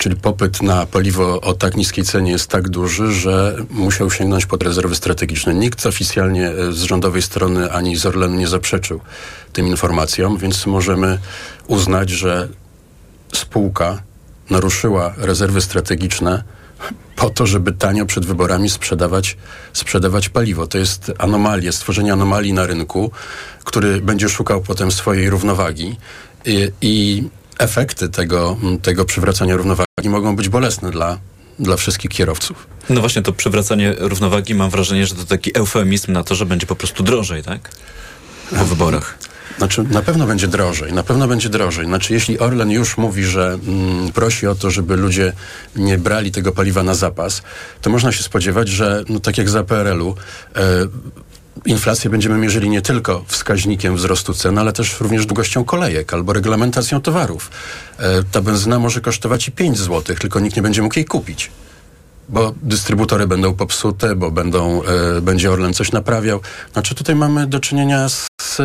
czyli popyt na paliwo o tak niskiej cenie jest tak duży, że musiał sięgnąć pod rezerwy strategiczne. Nikt oficjalnie z rządowej strony ani z Orlenu nie zaprzeczył tym informacjom, więc możemy uznać, że spółka naruszyła rezerwy strategiczne po to, żeby tanio przed wyborami sprzedawać, sprzedawać paliwo. To jest anomalia, stworzenie anomalii na rynku, który będzie szukał potem swojej równowagi i, i efekty tego, tego przywracania równowagi mogą być bolesne dla, dla wszystkich kierowców. No właśnie, to przywracanie równowagi, mam wrażenie, że to taki eufemizm na to, że będzie po prostu drożej, tak? Po wyborach. Znaczy, na pewno będzie drożej, na pewno będzie drożej. Znaczy, jeśli Orlen już mówi, że mm, prosi o to, żeby ludzie nie brali tego paliwa na zapas, to można się spodziewać, że no, tak jak za P R L-u, e, inflację będziemy mierzyli nie tylko wskaźnikiem wzrostu cen, ale też również długością kolejek albo reglamentacją towarów. E, ta benzyna może kosztować i pięć złotych, tylko nikt nie będzie mógł jej kupić. Bo dystrybutory będą popsute, bo będą, e, będzie Orlen coś naprawiał. Znaczy tutaj mamy do czynienia z,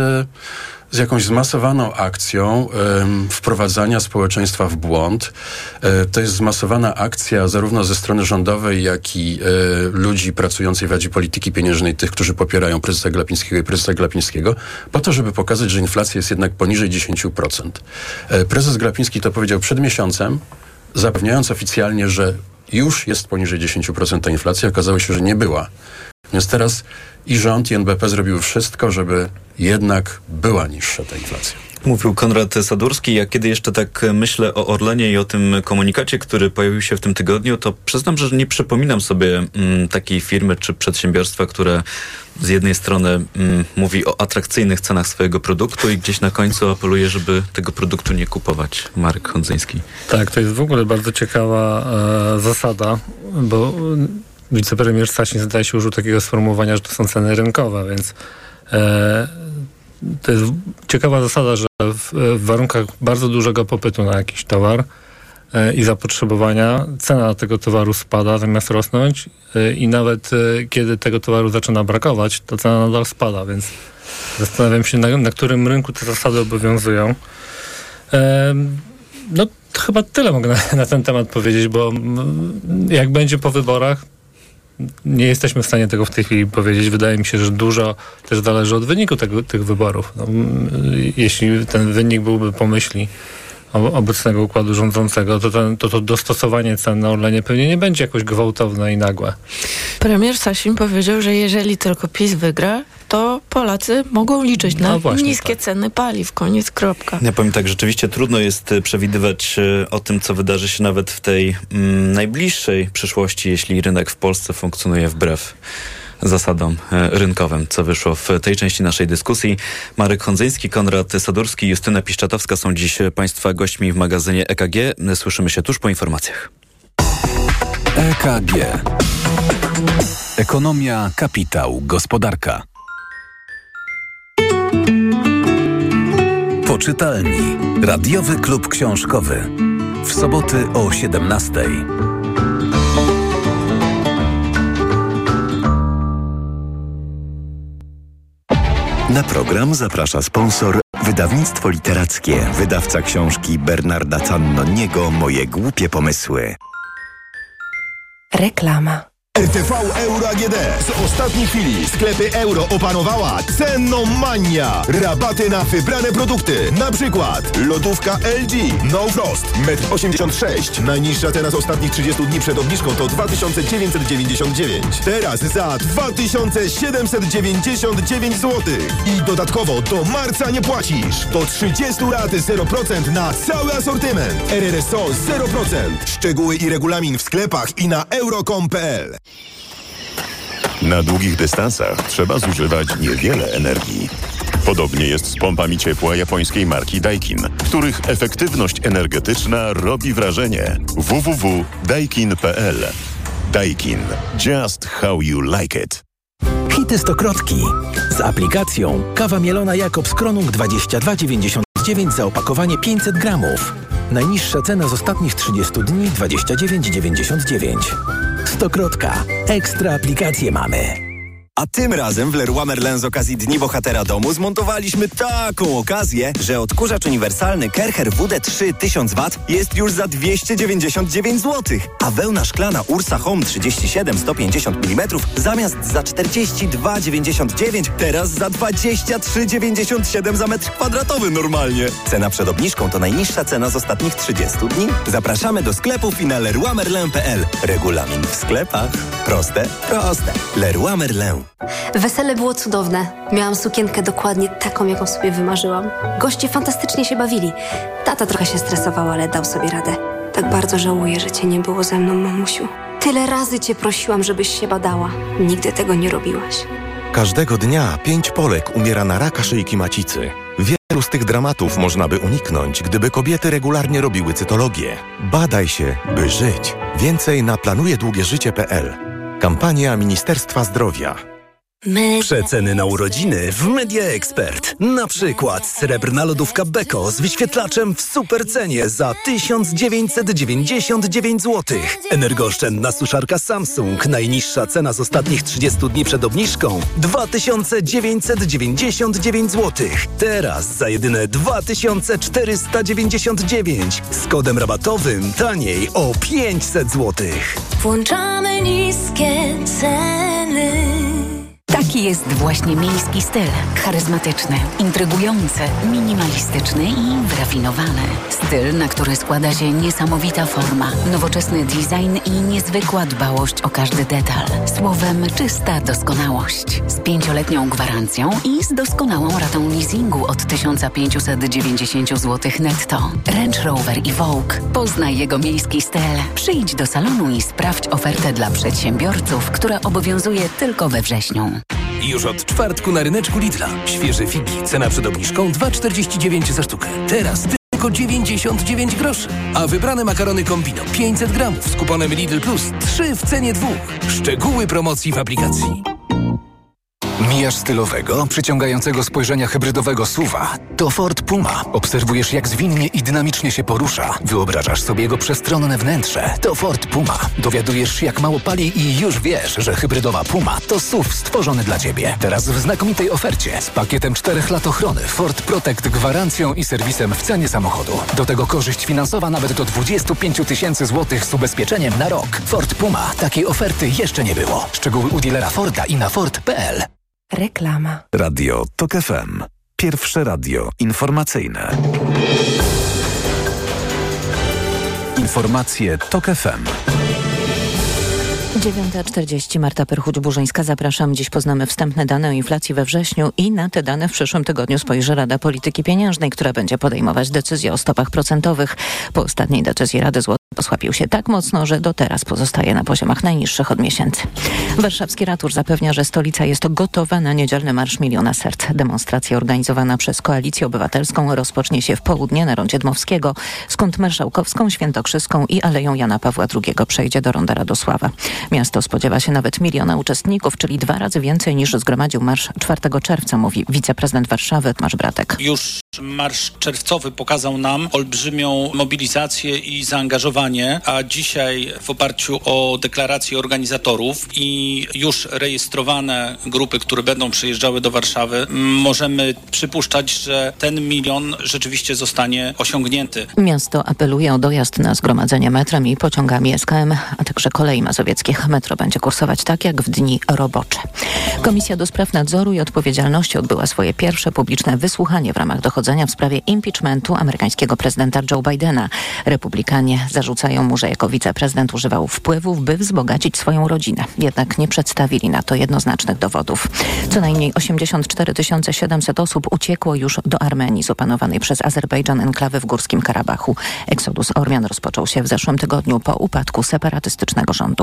z jakąś zmasowaną akcją e, wprowadzania społeczeństwa w błąd. E, to jest zmasowana akcja zarówno ze strony rządowej, jak i e, ludzi pracujących w Radzie Polityki Pieniężnej, tych, którzy popierają prezesa Glapińskiego i prezesa Glapińskiego, po to, żeby pokazać, że inflacja jest jednak poniżej dziesięć procent. E, prezes Glapiński to powiedział przed miesiącem, zapewniając oficjalnie, że już jest poniżej dziesięć procent ta inflacja. Okazało się, że nie była. Więc teraz i rząd, i N B P zrobiły wszystko, żeby jednak była niższa ta inflacja. Mówił Konrad Sadurski. Ja kiedy jeszcze tak myślę o Orlenie i o tym komunikacie, który pojawił się w tym tygodniu, to przyznam, że nie przypominam sobie mm, takiej firmy czy przedsiębiorstwa, które z jednej strony mm, mówi o atrakcyjnych cenach swojego produktu i gdzieś na końcu apeluje, żeby tego produktu nie kupować. Marek Hondzyński. Tak, to jest w ogóle bardzo ciekawa e, zasada, bo wicepremier Sasin zdaje się użył takiego sformułowania, że to są ceny rynkowe, więc e, to jest ciekawa zasada, że w, w warunkach bardzo dużego popytu na jakiś towar e, i zapotrzebowania cena tego towaru spada zamiast rosnąć e, i nawet e, kiedy tego towaru zaczyna brakować, to cena nadal spada, więc zastanawiam się, na, na którym rynku te zasady obowiązują. E, no to chyba tyle mogę na, na ten temat powiedzieć, bo m, jak będzie po wyborach, nie jesteśmy w stanie tego w tej chwili powiedzieć. Wydaje mi się, że dużo też zależy od wyniku tego, tych wyborów. No, jeśli ten wynik byłby po myśli obecnego układu rządzącego, to, ten, to to dostosowanie cen na Orlenie pewnie nie będzie jakoś gwałtowne i nagłe. Premier Sasin powiedział, że jeżeli tylko PiS wygra, to Polacy mogą liczyć na no właśnie, niskie tak. ceny paliw. Koniec, kropka. Ja powiem tak, rzeczywiście trudno jest przewidywać o tym, co wydarzy się nawet w tej mm, najbliższej przyszłości, jeśli rynek w Polsce funkcjonuje wbrew zasadom rynkowym, co wyszło w tej części naszej dyskusji. Marek Hondzyński, Konrad Sadurski, Justyna Piszczatowska są dziś Państwa gośćmi w magazynie E K G. Słyszymy się tuż po informacjach. E K G. Ekonomia, kapitał, gospodarka. Poczytalni. Radiowy Klub Książkowy. W soboty o siedemnastej. Na program zaprasza sponsor Wydawnictwo Literackie, wydawca książki Bernarda Cannoniego Moje głupie pomysły. Reklama. R T V Euro A G D. Z ostatniej chwili sklepy euro opanowała cenomania. Rabaty na wybrane produkty. Na przykład lodówka L G No Frost metr osiemdziesiąt sześć. Najniższa cena z ostatnich trzydziestu dni przed obniżką to dwa tysiące dziewięćset dziewięćdziesiąt dziewięć. Teraz za dwa tysiące siedemset dziewięćdziesiąt dziewięć złotych. I dodatkowo do marca nie płacisz. Do trzydziestu lat zero procent na cały asortyment. R R S O zero procent. Szczegóły i regulamin w sklepach i na euro kropka com kropka p l. Na długich dystansach trzeba zużywać niewiele energii. Podobnie jest z pompami ciepła japońskiej marki Daikin, których efektywność energetyczna robi wrażenie. w w w kropka daikin kropka p l. Daikin. Just how you like it. Hity stokrotki. Z aplikacją kawa mielona Jakobs Kronung dwadzieścia dwa dziewięćdziesiąt dziewięć za opakowanie pięćset gramów. Najniższa cena z ostatnich trzydziestu dni dwadzieścia dziewięć dziewięćdziesiąt dziewięć. Stokrotka. Ekstra aplikacje mamy. A tym razem w Leroy Merlin z okazji Dni Bohatera Domu zmontowaliśmy taką okazję, że odkurzacz uniwersalny Kercher W D trzy tysiąc watów jest już za dwieście dziewięćdziesiąt dziewięć złotych, a wełna szklana Ursa Home trzydzieści siedem sto pięćdziesiąt milimetrów zamiast za czterdzieści dwa dziewięćdziesiąt dziewięć teraz za dwadzieścia trzy dziewięćdziesiąt siedem za metr kwadratowy normalnie. Cena przed obniżką to najniższa cena z ostatnich trzydziestu dni. Zapraszamy do sklepów i na leroy merlin kropka p l. Regulamin w sklepach. Proste, proste. Leroy Merlin. Wesele było cudowne. Miałam sukienkę dokładnie taką, jaką sobie wymarzyłam. Goście fantastycznie się bawili. Tata trochę się stresował, ale dał sobie radę. Tak bardzo żałuję, że cię nie było ze mną, mamusiu. Tyle razy cię prosiłam, żebyś się badała. Nigdy tego nie robiłaś. Każdego dnia pięć Polek umiera na raka szyjki macicy. Wielu z tych dramatów można by uniknąć, gdyby kobiety regularnie robiły cytologię. Badaj się, by żyć. Więcej na planuje długie życie kropka p l. Kampania Ministerstwa Zdrowia. Przeceny na urodziny w Media Expert. Na przykład srebrna lodówka Beko z wyświetlaczem w supercenie za tysiąc dziewięćset dziewięćdziesiąt dziewięć złotych. Energooszczędna suszarka Samsung. Najniższa cena z ostatnich trzydziestu dni przed obniżką dwa tysiące dziewięćset dziewięćdziesiąt dziewięć złotych. Teraz za jedyne dwa tysiące czterysta dziewięćdziesiąt dziewięć. Z kodem rabatowym taniej o pięćset złotych. Włączamy niskie ceny. Taki jest właśnie miejski styl. Charyzmatyczny, intrygujący, minimalistyczny i wyrafinowany. Styl, na który składa się niesamowita forma, nowoczesny design i niezwykła dbałość o każdy detal. Słowem, czysta doskonałość. Z pięcioletnią gwarancją i z doskonałą ratą leasingu od tysiąc pięćset dziewięćdziesiąt złotych netto. Range Rover i Vogue. Poznaj jego miejski styl. Przyjdź do salonu i sprawdź ofertę dla przedsiębiorców, która obowiązuje tylko we wrześniu. Już od czwartku na ryneczku Lidla. Świeże figi. Cena przed obniżką dwa czterdzieści dziewięć za sztukę. Teraz tylko dziewięćdziesiąt dziewięć groszy. A wybrane makarony Kombino pięćset gramów z kuponem Lidl Plus trzy w cenie dwóch. Szczegóły promocji w aplikacji. Mijasz stylowego, przyciągającego spojrzenia hybrydowego S U V-a. To Ford Puma. Obserwujesz, jak zwinnie i dynamicznie się porusza. Wyobrażasz sobie jego przestronne wnętrze. To Ford Puma. Dowiadujesz się, jak mało pali i już wiesz, że hybrydowa Puma to S U V stworzony dla Ciebie. Teraz w znakomitej ofercie z pakietem czterech lat ochrony Ford Protect, gwarancją i serwisem w cenie samochodu. Do tego korzyść finansowa nawet do dwadzieścia pięć tysięcy złotych z ubezpieczeniem na rok. Ford Puma. Takiej oferty jeszcze nie było. Szczegóły u dealera Forda i na ford kropka p l. Reklama. Radio TOK F M. Pierwsze radio informacyjne. Informacje TOK F M. dziewiąta czterdzieści. Marta Perchuć-Burzyńska. Zapraszam. Dziś poznamy wstępne dane o inflacji we wrześniu i na te dane w przyszłym tygodniu spojrzy Rada Polityki Pieniężnej, która będzie podejmować decyzje o stopach procentowych. Po ostatniej decyzji Rady złoty osłabił się tak mocno, że do teraz pozostaje na poziomach najniższych od miesięcy. Warszawski ratusz zapewnia, że stolica jest gotowa na niedzielny Marsz Miliona Serc. Demonstracja organizowana przez Koalicję Obywatelską rozpocznie się w południe na rondzie Dmowskiego, skąd Marszałkowską, Świętokrzyską i Aleją Jana Pawła drugiego przejdzie do ronda Radosława. Miasto spodziewa się nawet miliona uczestników, czyli dwa razy więcej niż zgromadził marsz czwartego czerwca, mówi wiceprezydent Warszawy Tomasz Bratek. Już marsz czerwcowy pokazał nam olbrzymią mobilizację i zaangażowanie, a dzisiaj w oparciu o deklarację organizatorów i już rejestrowane grupy, które będą przyjeżdżały do Warszawy, możemy przypuszczać, że ten milion rzeczywiście zostanie osiągnięty. Miasto apeluje o dojazd na zgromadzenie metrem i pociągami S K M, a także kolei mazowieckich. Metro będzie kursować tak jak w dni robocze. Komisja do spraw nadzoru i odpowiedzialności odbyła swoje pierwsze publiczne wysłuchanie w ramach dochodzenia w sprawie impeachmentu amerykańskiego prezydenta Joe Bidena. Republikanie zarzucają mu, że jako wiceprezydent używał wpływów, by wzbogacić swoją rodzinę. Jednak nie przedstawili na to jednoznacznych dowodów. Co najmniej osiemdziesiąt cztery tysiące siedemset osób uciekło już do Armenii z opanowanej przez Azerbejdżan enklawy w Górskim Karabachu. Eksodus Ormian rozpoczął się w zeszłym tygodniu po upadku separatystycznego rządu.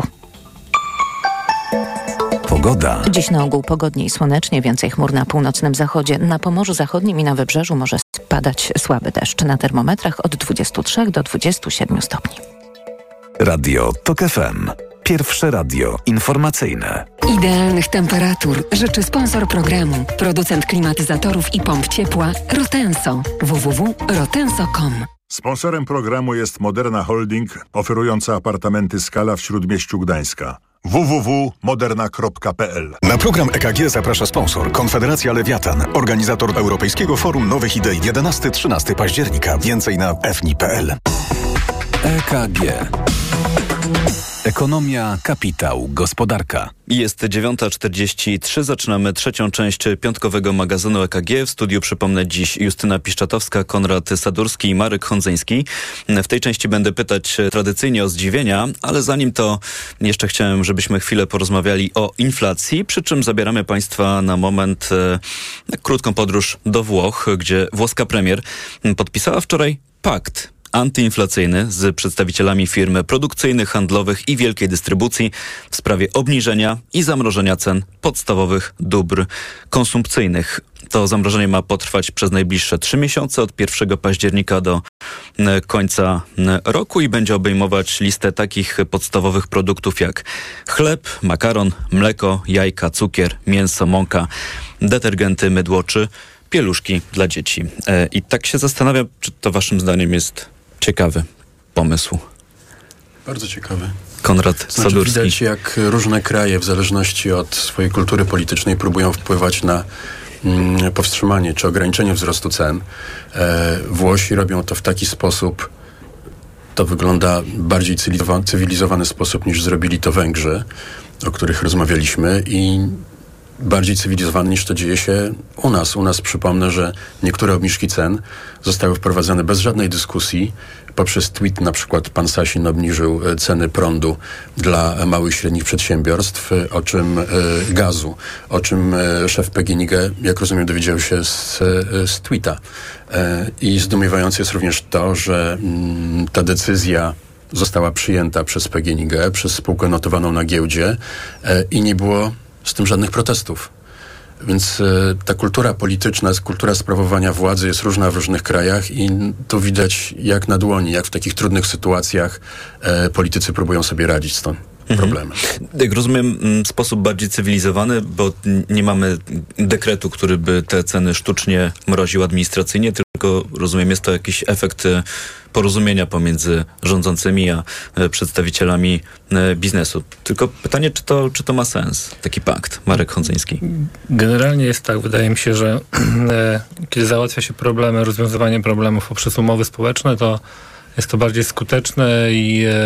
Pogoda. Dziś na ogół pogodnie i słonecznie, więcej chmur na północnym zachodzie. Na Pomorzu Zachodnim i na Wybrzeżu może spadać słaby deszcz. Na termometrach od dwudziestu trzech do dwudziestu siedmiu stopni. Radio TOK F M. Pierwsze radio informacyjne. Idealnych temperatur życzy sponsor programu, producent klimatyzatorów i pomp ciepła Rotenso. w w w kropka rotenso kropka com. Sponsorem programu jest Moderna Holding, oferująca apartamenty Skala w Śródmieściu Gdańska. w w w kropka moderna kropka p l. Na program E K G zaprasza sponsor Konfederacja Lewiatan, organizator Europejskiego Forum Nowych Idei jedenastego do trzynastego października. Więcej na f n i kropka p l. E K G. Ekonomia, kapitał, gospodarka. Jest dziewiąta czterdzieści trzy. Zaczynamy trzecią część piątkowego magazynu E K G. W studiu, przypomnę, dziś Justyna Piszczatowska, Konrad Sadurski i Marek Hondzyński. W tej części będę pytać tradycyjnie o zdziwienia, ale zanim to jeszcze chciałem, żebyśmy chwilę porozmawiali o inflacji, przy czym zabieramy Państwa na moment na krótką podróż do Włoch, gdzie włoska premier podpisała wczoraj pakt antyinflacyjny z przedstawicielami firm produkcyjnych, handlowych i wielkiej dystrybucji w sprawie obniżenia i zamrożenia cen podstawowych dóbr konsumpcyjnych. To zamrożenie ma potrwać przez najbliższe trzy miesiące, od pierwszego października do końca roku i będzie obejmować listę takich podstawowych produktów jak chleb, makaron, mleko, jajka, cukier, mięso, mąka, detergenty, mydło czy pieluszki dla dzieci. I tak się zastanawiam, czy to waszym zdaniem jest ciekawy pomysł. Bardzo ciekawy. Konrad znaczy, Sadurski. Widać, jak różne kraje w zależności od swojej kultury politycznej próbują wpływać na mm, powstrzymanie czy ograniczenie wzrostu cen. E, Włosi robią to w taki sposób, to wygląda bardziej cywilizowany, cywilizowany sposób niż zrobili to Węgrzy, o których rozmawialiśmy, i bardziej cywilizowany niż to dzieje się u nas. U nas przypomnę, że niektóre obniżki cen zostały wprowadzone bez żadnej dyskusji. Poprzez tweet na przykład pan Sasin obniżył ceny prądu dla małych i średnich przedsiębiorstw, o czym e, gazu, o czym e, szef P G N iG, jak rozumiem, dowiedział się z, e, z tweeta. E, I zdumiewające jest również to, że mm, ta decyzja została przyjęta przez P G N iG, przez spółkę notowaną na giełdzie e, i nie było z tym żadnych protestów. Więc e, ta kultura polityczna, kultura sprawowania władzy jest różna w różnych krajach i to widać jak na dłoni, jak w takich trudnych sytuacjach e, politycy próbują sobie radzić z tym mhm. problemem. Jak rozumiem, w sposób bardziej cywilizowany, bo nie mamy dekretu, który by te ceny sztucznie mroził administracyjnie, tylko rozumiem, jest to jakiś efekt porozumienia pomiędzy rządzącymi a przedstawicielami biznesu. Tylko pytanie, czy to, czy to ma sens, taki pakt? Marek Hondzyński. Generalnie jest tak, wydaje mi się, że kiedy załatwia się problemy, rozwiązywanie problemów poprzez umowy społeczne, to jest to bardziej skuteczne i e,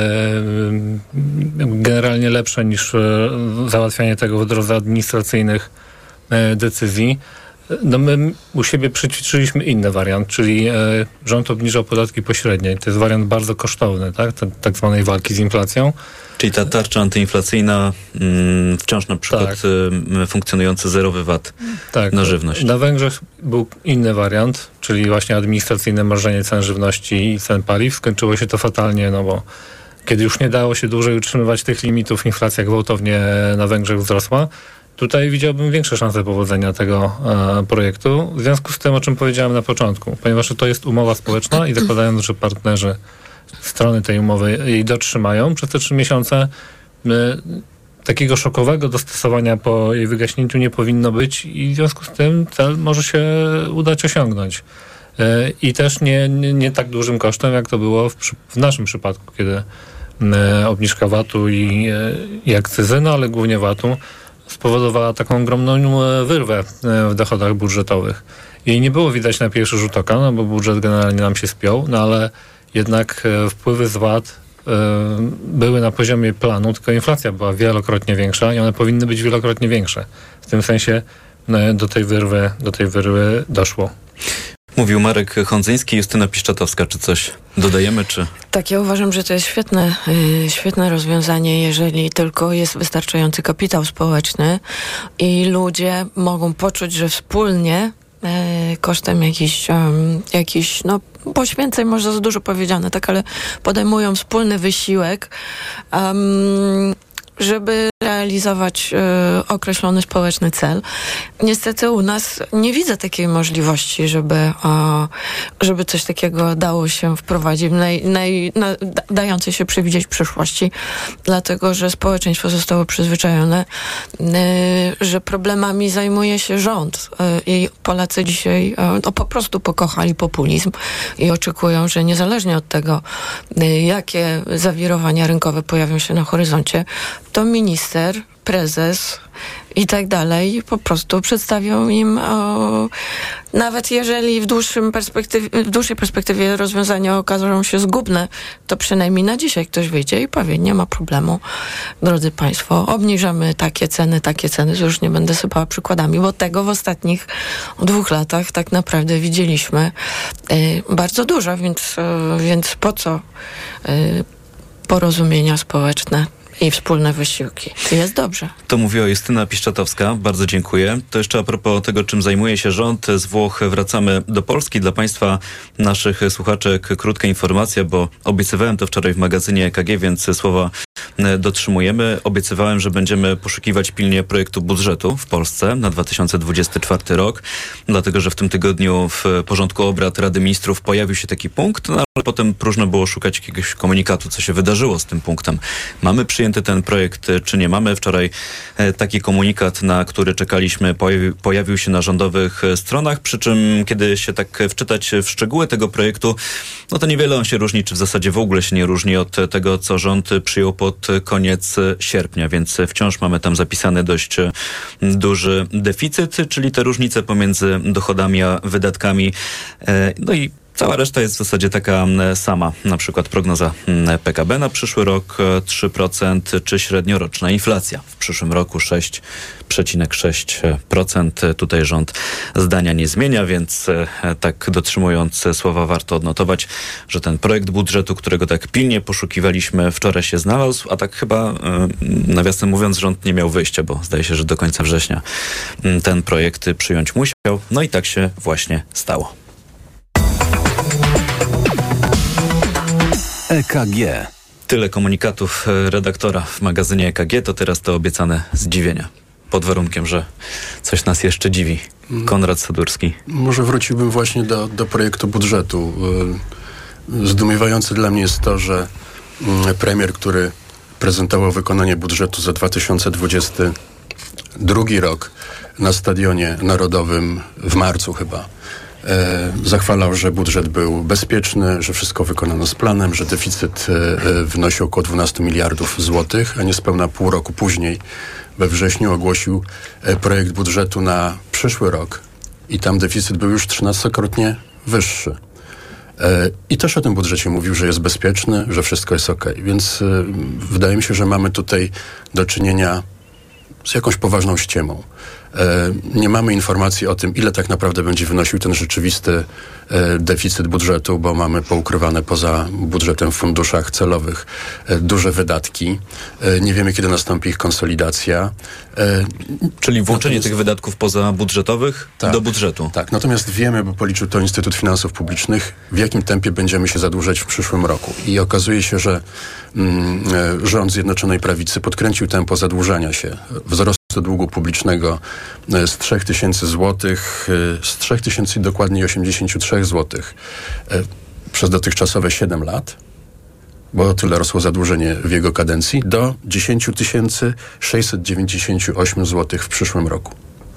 generalnie lepsze niż e, załatwianie tego w drodze administracyjnych e, decyzji. No my u siebie przećwiczyliśmy inny wariant, czyli e, rząd obniżał podatki pośrednie. To jest wariant bardzo kosztowny, tak? Ta, tak zwanej walki z inflacją. Czyli ta tarcza antyinflacyjna, mm, wciąż na przykład tak. y, funkcjonujący zerowy V A T tak. na żywność. Na Węgrzech był inny wariant, czyli właśnie administracyjne mrożenie cen żywności i cen paliw. Skończyło się to fatalnie, no bo kiedy już nie dało się dłużej utrzymywać tych limitów, inflacja gwałtownie na Węgrzech wzrosła. Tutaj widziałbym większe szanse powodzenia tego e, projektu. W związku z tym, o czym powiedziałem na początku, ponieważ to jest umowa społeczna i zakładając, że partnerzy strony tej umowy jej dotrzymają przez te trzy miesiące, y, takiego szokowego dostosowania po jej wygaśnięciu nie powinno być i w związku z tym cel może się udać osiągnąć. Y, I też nie, nie, nie tak dużym kosztem, jak to było w, w naszym przypadku, kiedy y, obniżka V A T-u i, y, i akcyzy, no ale głównie V A T-u, spowodowała taką ogromną wyrwę w dochodach budżetowych. I nie było widać na pierwszy rzut oka, no bo budżet generalnie nam się spiął, no ale jednak wpływy z V A T y, były na poziomie planu, tylko inflacja była wielokrotnie większa i one powinny być wielokrotnie większe. W tym sensie y, do tej wyrwy, do tej wyrwy doszło. Mówił Marek Hondzyński, Justyna Piszczatowska. Czy coś dodajemy, czy... Tak, ja uważam, że to jest świetne, yy, świetne rozwiązanie, jeżeli tylko jest wystarczający kapitał społeczny i ludzie mogą poczuć, że wspólnie yy, kosztem jakichś, yy, jakichś, no poświęceń może za dużo powiedziane, tak, ale podejmują wspólny wysiłek, yy, żeby realizować y, określony społeczny cel. Niestety u nas nie widzę takiej możliwości, żeby, y, żeby coś takiego dało się wprowadzić w naj, naj, na, da, dającej się przewidzieć w przyszłości, dlatego że społeczeństwo zostało przyzwyczajone, y, że problemami zajmuje się rząd y, i Polacy dzisiaj y, no, po prostu pokochali populizm i oczekują, że niezależnie od tego, y, jakie zawirowania rynkowe pojawią się na horyzoncie, to minister, prezes i tak dalej po prostu przedstawią im o, nawet jeżeli w, dłuższym perspektywie, w dłuższej perspektywie rozwiązania okażą się zgubne, to przynajmniej na dzisiaj ktoś wyjdzie i powie, nie ma problemu, drodzy państwo, obniżamy takie ceny, takie ceny, że już nie będę sypała przykładami, bo tego w ostatnich dwóch latach tak naprawdę widzieliśmy y, bardzo dużo, więc, y, więc po co y, porozumienia społeczne i wspólne wysiłki. Jest dobrze. To mówiła Justyna Piszczatowska. Bardzo dziękuję. To jeszcze a propos tego, czym zajmuje się rząd. Z Włoch wracamy do Polski. Dla Państwa, naszych słuchaczek, krótka informacja, bo obiecywałem to wczoraj w magazynie E K G, więc słowa dotrzymujemy. Obiecywałem, że będziemy poszukiwać pilnie projektu budżetu w Polsce na dwa tysiące dwudziesty czwarty rok, dlatego że w tym tygodniu w porządku obrad Rady Ministrów pojawił się taki punkt, no ale potem próżno było szukać jakiegoś komunikatu, co się wydarzyło z tym punktem. Mamy przyjęty ten projekt, czy nie mamy? Wczoraj taki komunikat, na który czekaliśmy, pojawił, pojawił się na rządowych stronach, przy czym kiedy się tak wczytać w szczegóły tego projektu, no to niewiele on się różni, czy w zasadzie w ogóle się nie różni od tego, co rząd przyjął pod koniec sierpnia, więc wciąż mamy tam zapisany dość duży deficyt, czyli te różnice pomiędzy dochodami a wydatkami. No i cała reszta jest w zasadzie taka sama. Na przykład prognoza P K B na przyszły rok trzy procent, czy średnioroczna inflacja w przyszłym roku sześć przecinek sześć procent. Tutaj rząd zdania nie zmienia, więc tak dotrzymując słowa warto odnotować, że ten projekt budżetu, którego tak pilnie poszukiwaliśmy, wczoraj się znalazł, a tak chyba nawiasem mówiąc rząd nie miał wyjścia, bo zdaje się, że do końca września ten projekt przyjąć musiał. No i tak się właśnie stało. E K G. Tyle komunikatów redaktora w magazynie E K G, to teraz to obiecane zdziwienia. Pod warunkiem, że coś nas jeszcze dziwi. Konrad Sadurski. Może wróciłbym właśnie do, do projektu budżetu. Zdumiewające dla mnie jest to, że premier, który prezentował wykonanie budżetu za dwa tysiące dwudziesty drugi rok na Stadionie Narodowym w marcu chyba, E, zachwalał, że budżet był bezpieczny, że wszystko wykonano z planem, że deficyt e, wynosi około dwanaście miliardów złotych, a niespełna pół roku później, we wrześniu, ogłosił e, projekt budżetu na przyszły rok i tam deficyt był już trzynastokrotnie wyższy. E, I też o tym budżecie mówił, że jest bezpieczny, że wszystko jest okej. Więc e, wydaje mi się, że mamy tutaj do czynienia z jakąś poważną ściemą. E, nie mamy informacji o tym, ile tak naprawdę będzie wynosił ten rzeczywisty e, deficyt budżetu, bo mamy poukrywane poza budżetem w funduszach celowych e, duże wydatki. E, nie wiemy, kiedy nastąpi ich konsolidacja. E, Czyli włączenie natomiast, tych wydatków pozabudżetowych tak, do budżetu. Tak, natomiast wiemy, bo policzył to Instytut Finansów Publicznych, w jakim tempie będziemy się zadłużać w przyszłym roku. I okazuje się, że mm, rząd Zjednoczonej Prawicy podkręcił tempo zadłużania się. Wzrost długu publicznego z trzech tysięcy złotych, z trzech tysięcy dokładnie osiemdziesiąt trzy złotych przez dotychczasowe siedem lat, bo tyle rosło zadłużenie w jego kadencji, do dziesięć tysięcy sześćset dziewięćdziesiąt osiem złotych w przyszłym roku.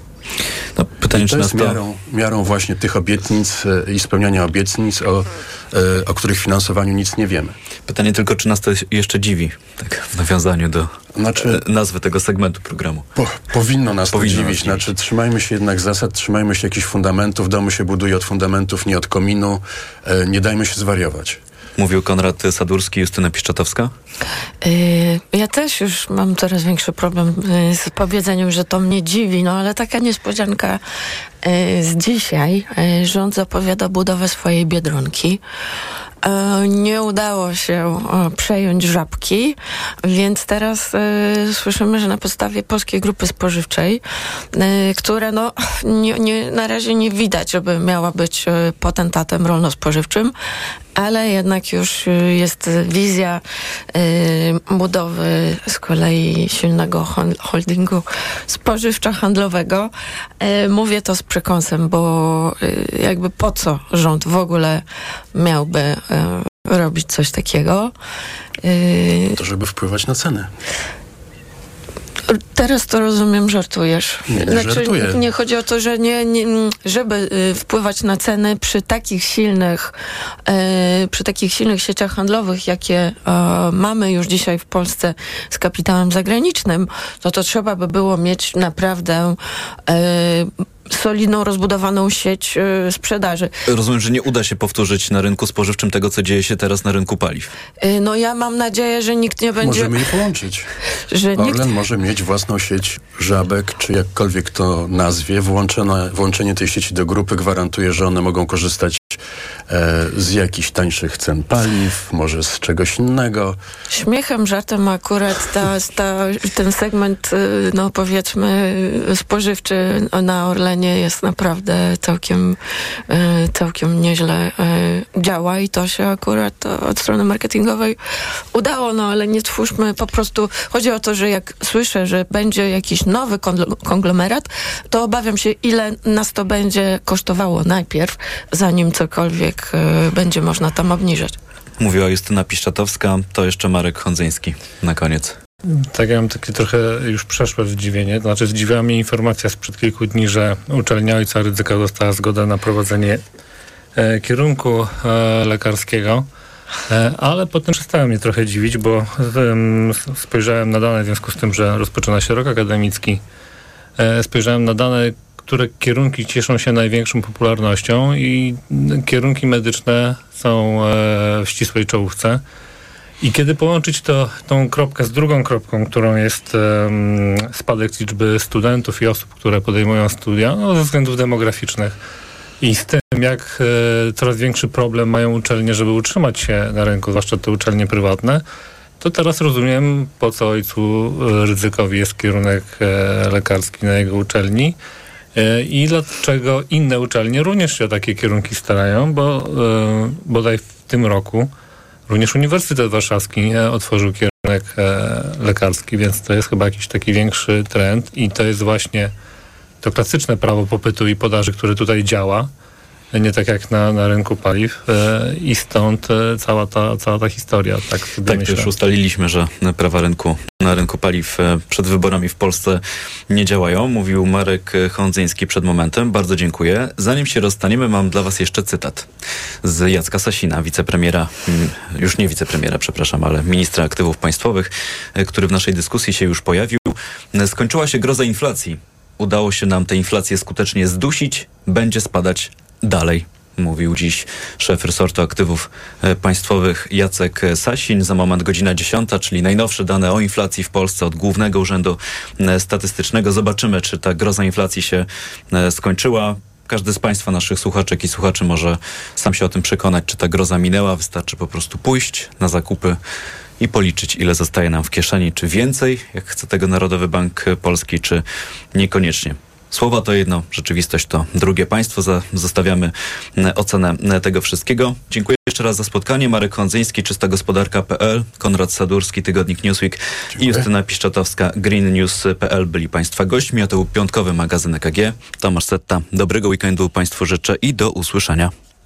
No, pytanie, czy to jest nas to... miarą, miarą właśnie tych obietnic i spełniania obietnic, o, o których finansowaniu nic nie wiemy. Pytanie tylko, czy nas to jeszcze dziwi, tak w nawiązaniu do znaczy, nazwy tego segmentu programu. Po, powinno nas powinno to dziwić. Nas znaczy, trzymajmy się jednak zasad, trzymajmy się jakichś fundamentów. Domy się buduje od fundamentów, nie od kominu. E, nie dajmy się zwariować. Mówił Konrad Sadurski, Justyna Piszczatowska. Yy, ja też już mam coraz większy problem yy, z powiedzeniem, że to mnie dziwi, no ale taka niespodzianka yy, z dzisiaj. Yy, rząd zapowiada budowę swojej Biedronki. Yy, nie udało się yy, przejąć Żabki, więc teraz yy, słyszymy, że na podstawie Polskiej Grupy Spożywczej, yy, która no, nie, nie, na razie nie widać, żeby miała być yy, potentatem rolno-spożywczym, ale jednak już jest wizja y, budowy z kolei silnego holdingu spożywczo-handlowego. Y, mówię to z przekąsem, bo y, jakby po co rząd w ogóle miałby y, robić coś takiego? Y, to żeby wpływać na ceny. Teraz to rozumiem, żartujesz. Nie, nie znaczy, żartuję. Nie chodzi o to, że nie, nie, żeby y, wpływać na ceny przy takich silnych, y, przy takich silnych sieciach handlowych, jakie y, mamy już dzisiaj w Polsce z kapitałem zagranicznym, to to trzeba by było mieć naprawdę y, solidną, rozbudowaną sieć y, sprzedaży. Rozumiem, że nie uda się powtórzyć na rynku spożywczym tego, co dzieje się teraz na rynku paliw. Y, no ja mam nadzieję, że nikt nie będzie... Możemy je połączyć. Że Orlen nikt... może mieć własną sieć żabek, czy jakkolwiek to nazwie. Włączone, włączenie tej sieci do grupy gwarantuje, że one mogą korzystać e, z jakichś tańszych cen paliw, może z czegoś innego. Śmiechem, żartem akurat ta, ta, ten segment, no powiedzmy, spożywczy na Orlenie jest naprawdę całkiem, całkiem nieźle działa i to się akurat od strony marketingowej udało, no ale nie twórzmy po prostu, chodzi o to, że jak słyszę, że będzie jakiś nowy konglomerat, to obawiam się, ile nas to będzie kosztowało najpierw, zanim cokolwiek będzie można tam obniżać. Mówiła Justyna Piszczatowska, to jeszcze Marek Hondzyński na koniec. Tak, ja mam takie trochę już przeszłe zdziwienie. To znaczy zdziwiła mnie informacja sprzed kilku dni, że uczelnia ojca Rydzyka dostała zgodę na prowadzenie e, kierunku e, lekarskiego, e, ale potem przestałem mnie trochę dziwić, bo e, spojrzałem na dane w związku z tym, że rozpoczyna się rok akademicki. E, spojrzałem na dane, które kierunki cieszą się największą popularnością i kierunki medyczne są e, w ścisłej czołówce. I kiedy połączyć to, tą kropkę z drugą kropką, którą jest um, spadek liczby studentów i osób, które podejmują studia, no, ze względów demograficznych, i z tym, jak e, coraz większy problem mają uczelnie, żeby utrzymać się na rynku, zwłaszcza te uczelnie prywatne, to teraz rozumiem, po co ojcu Rydzykowi jest kierunek e, lekarski na jego uczelni e, i dlaczego inne uczelnie również się o takie kierunki starają, bo e, bodaj w tym roku również Uniwersytet Warszawski otworzył kierunek e, lekarski, więc to jest chyba jakiś taki większy trend i to jest właśnie to klasyczne prawo popytu i podaży, które tutaj działa, nie tak jak na, na rynku paliw e, i stąd e, cała, ta, cała ta historia. Tak, sobie tak myślę. Już ustaliliśmy, że prawa rynku na rynku paliw e, przed wyborami w Polsce nie działają. Mówił Marek Hondzyński przed momentem. Bardzo dziękuję. Zanim się rozstaniemy, mam dla was jeszcze cytat z Jacka Sasina, wicepremiera, już nie wicepremiera, przepraszam, ale ministra aktywów państwowych, e, który w naszej dyskusji się już pojawił. Skończyła się groza inflacji. Udało się nam tę inflację skutecznie zdusić. Będzie spadać dalej, mówił dziś szef resortu aktywów państwowych Jacek Sasin. Za moment godzina dziesiąta, czyli najnowsze dane o inflacji w Polsce od Głównego Urzędu Statystycznego. Zobaczymy, czy ta groza inflacji się skończyła. Każdy z państwa, naszych słuchaczek i słuchaczy może sam się o tym przekonać, czy ta groza minęła. Wystarczy po prostu pójść na zakupy i policzyć, ile zostaje nam w kieszeni. Czy więcej, jak chce tego Narodowy Bank Polski, czy niekoniecznie. Słowa to jedno, rzeczywistość to drugie. Państwo za, zostawiamy ocenę tego wszystkiego. Dziękuję jeszcze raz za spotkanie. Marek Hondzyński, czysta gospodarka kropka p l, Konrad Sadurski, Tygodnik Newsweek Dziękuję. I Justyna Piszczatowska, green news kropka p l byli państwa gośćmi. A to był piątkowy magazyn E K G. Tomasz Setta. Dobrego weekendu państwu życzę i do usłyszenia.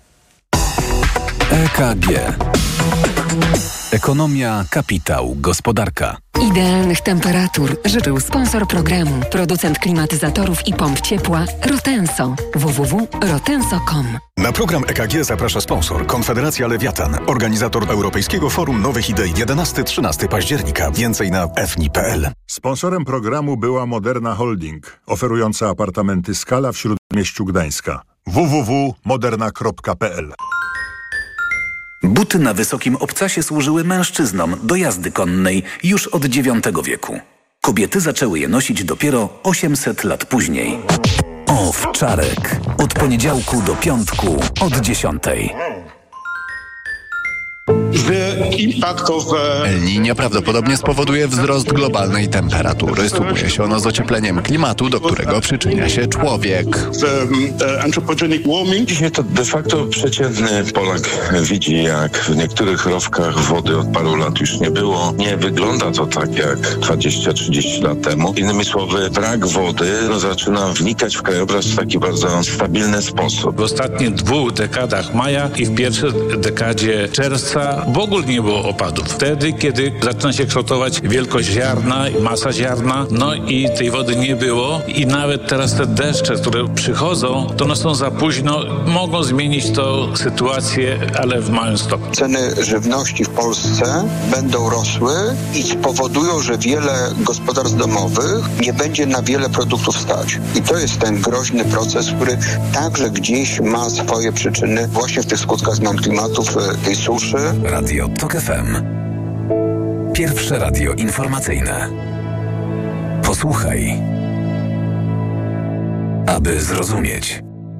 E K G. Ekonomia, kapitał, gospodarka. Idealnych temperatur życzył sponsor programu, producent klimatyzatorów i pomp ciepła Rotenso. w w w kropka rotenso kropka com. Na program E K G zaprasza sponsor Konfederacja Lewiatan, organizator Europejskiego Forum Nowych Idei jedenastego do trzynastego października. Więcej na f n i kropka p l. Sponsorem programu była Moderna Holding, oferująca apartamenty Skala w Śródmieściu Gdańska. w w w kropka moderna kropka p l. Buty na wysokim obcasie służyły mężczyznom do jazdy konnej już od dziewiątego wieku. Kobiety zaczęły je nosić dopiero osiemset lat później. Owczarek. Od poniedziałku do piątku od dziesiątej. El Niño prawdopodobnie spowoduje wzrost globalnej temperatury. Sumuje się ono z ociepleniem klimatu, do którego przyczynia się człowiek. Dzisiaj to de facto przeciętny Polak widzi, jak w niektórych rowkach wody od paru lat już nie było. Nie wygląda to tak jak dwadzieścia trzydzieści lat temu. Innymi słowy, brak wody no, zaczyna wnikać w krajobraz w taki bardzo stabilny sposób. W ostatnich dwóch dekadach maja i w pierwszej dekadzie czerwca w ogóle ogóle nie było opadów. Wtedy, kiedy zaczyna się kształtować wielkość ziarna, masa ziarna, no i tej wody nie było i nawet teraz te deszcze, które przychodzą, to one są za późno, mogą zmienić to sytuację, ale w małym stopniu. Ceny żywności w Polsce będą rosły i spowodują, że wiele gospodarstw domowych nie będzie na wiele produktów stać. I to jest ten groźny proces, który także gdzieś ma swoje przyczyny właśnie w tych skutkach zmian klimatu, w tej suszy. Radio TOK F M. Pierwsze radio informacyjne. Posłuchaj, aby zrozumieć.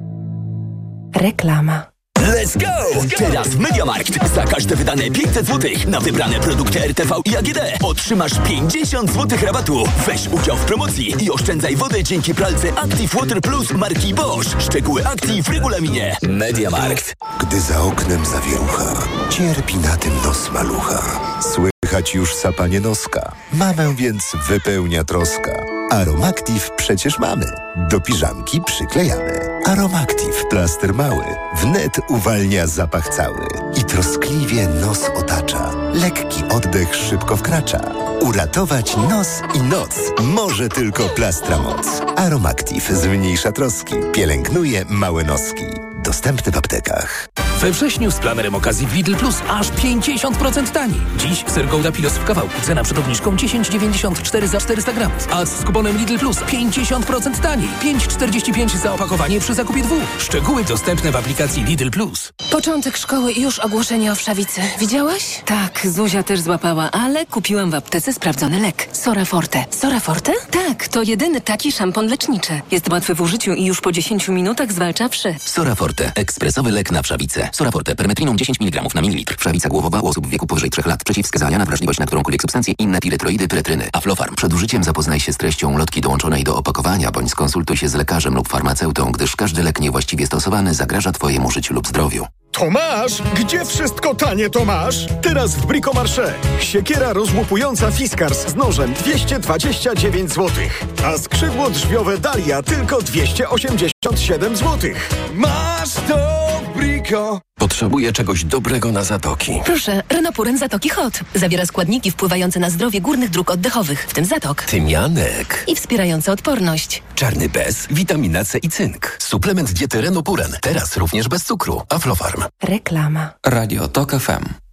Reklama. Let's go! Teraz w MediaMarkt za każde wydane pięćset złotych na wybrane produkty R T V i A G D otrzymasz pięćdziesiąt złotych rabatu. Weź udział w promocji i oszczędzaj wodę dzięki pralce Active Water Plus marki Bosch. Szczegóły akcji w regulaminie. MediaMarkt. Gdy za oknem zawierucha, cierpi na tym nos malucha. Słychać już sapanie noska. Mamę więc wypełnia troska. Aromactive przecież mamy. Do piżamki przyklejamy. Aromactive, plaster mały, wnet uwalnia zapach cały i troskliwie nos otacza. Lekki oddech szybko wkracza. Uratować nos i noc może tylko plastra moc. Aromactive zmniejsza troski, pielęgnuje małe noski. Dostępny w aptekach. We wrześniu z planerem okazji w Lidl Plus aż pięćdziesiąt procent taniej. Dziś ser Gouda Pilos w kawałku. Cena przed obniżką dziesięć dziewięćdziesiąt cztery za czterysta gramów. A z kuponem Lidl Plus pięćdziesiąt procent taniej. pięć czterdzieści pięć za opakowanie przy zakupie dwóch. Szczegóły dostępne w aplikacji Lidl Plus. Początek szkoły i już ogłoszenie o wszawicy. Widziałaś? Tak, Zuzia też złapała, ale kupiłam w aptece sprawdzony lek. Sora Forte. Sora Forte? Tak, to jedyny taki szampon leczniczy. Jest łatwy w użyciu i już po dziesięciu minutach zwalcza wszy. Sora Forte. Ekspresowy lek na wszawicę. Sora Forte. Permetriną dziesięć miligramów na mililitr. Wszawica głowowa u osób w wieku powyżej trzech lat. Przeciwwskazania na wrażliwość na którąkolwiek substancję. Inne piretroidy, pyretryny. Aflofarm. Przed użyciem zapoznaj się z treścią lotki dołączonej do opakowania, bądź skonsultuj się z lekarzem lub farmaceutą, gdyż każdy lek niewłaściwie stosowany zagraża Twojemu życiu lub zdrowiu. Tomasz, gdzie wszystko tanie Tomasz? Teraz w Bricomarché. Siekiera rozłupująca Fiskars z nożem dwieście dwadzieścia dziewięć złotych, a skrzydło drzwiowe Dalia tylko dwieście osiemdziesiąt siedem złotych. Masz to Brico. Potrzebuję czegoś dobrego na zatoki. Proszę, Renopuren Zatoki Hot. Zawiera składniki wpływające na zdrowie górnych dróg oddechowych, w tym zatok. Tymianek. I wspierające odporność. Czarny bez, witamina C i cynk. Suplement diety Renopuren. Teraz również bez cukru. Aflofarm. Reklama. Radio TOK F M.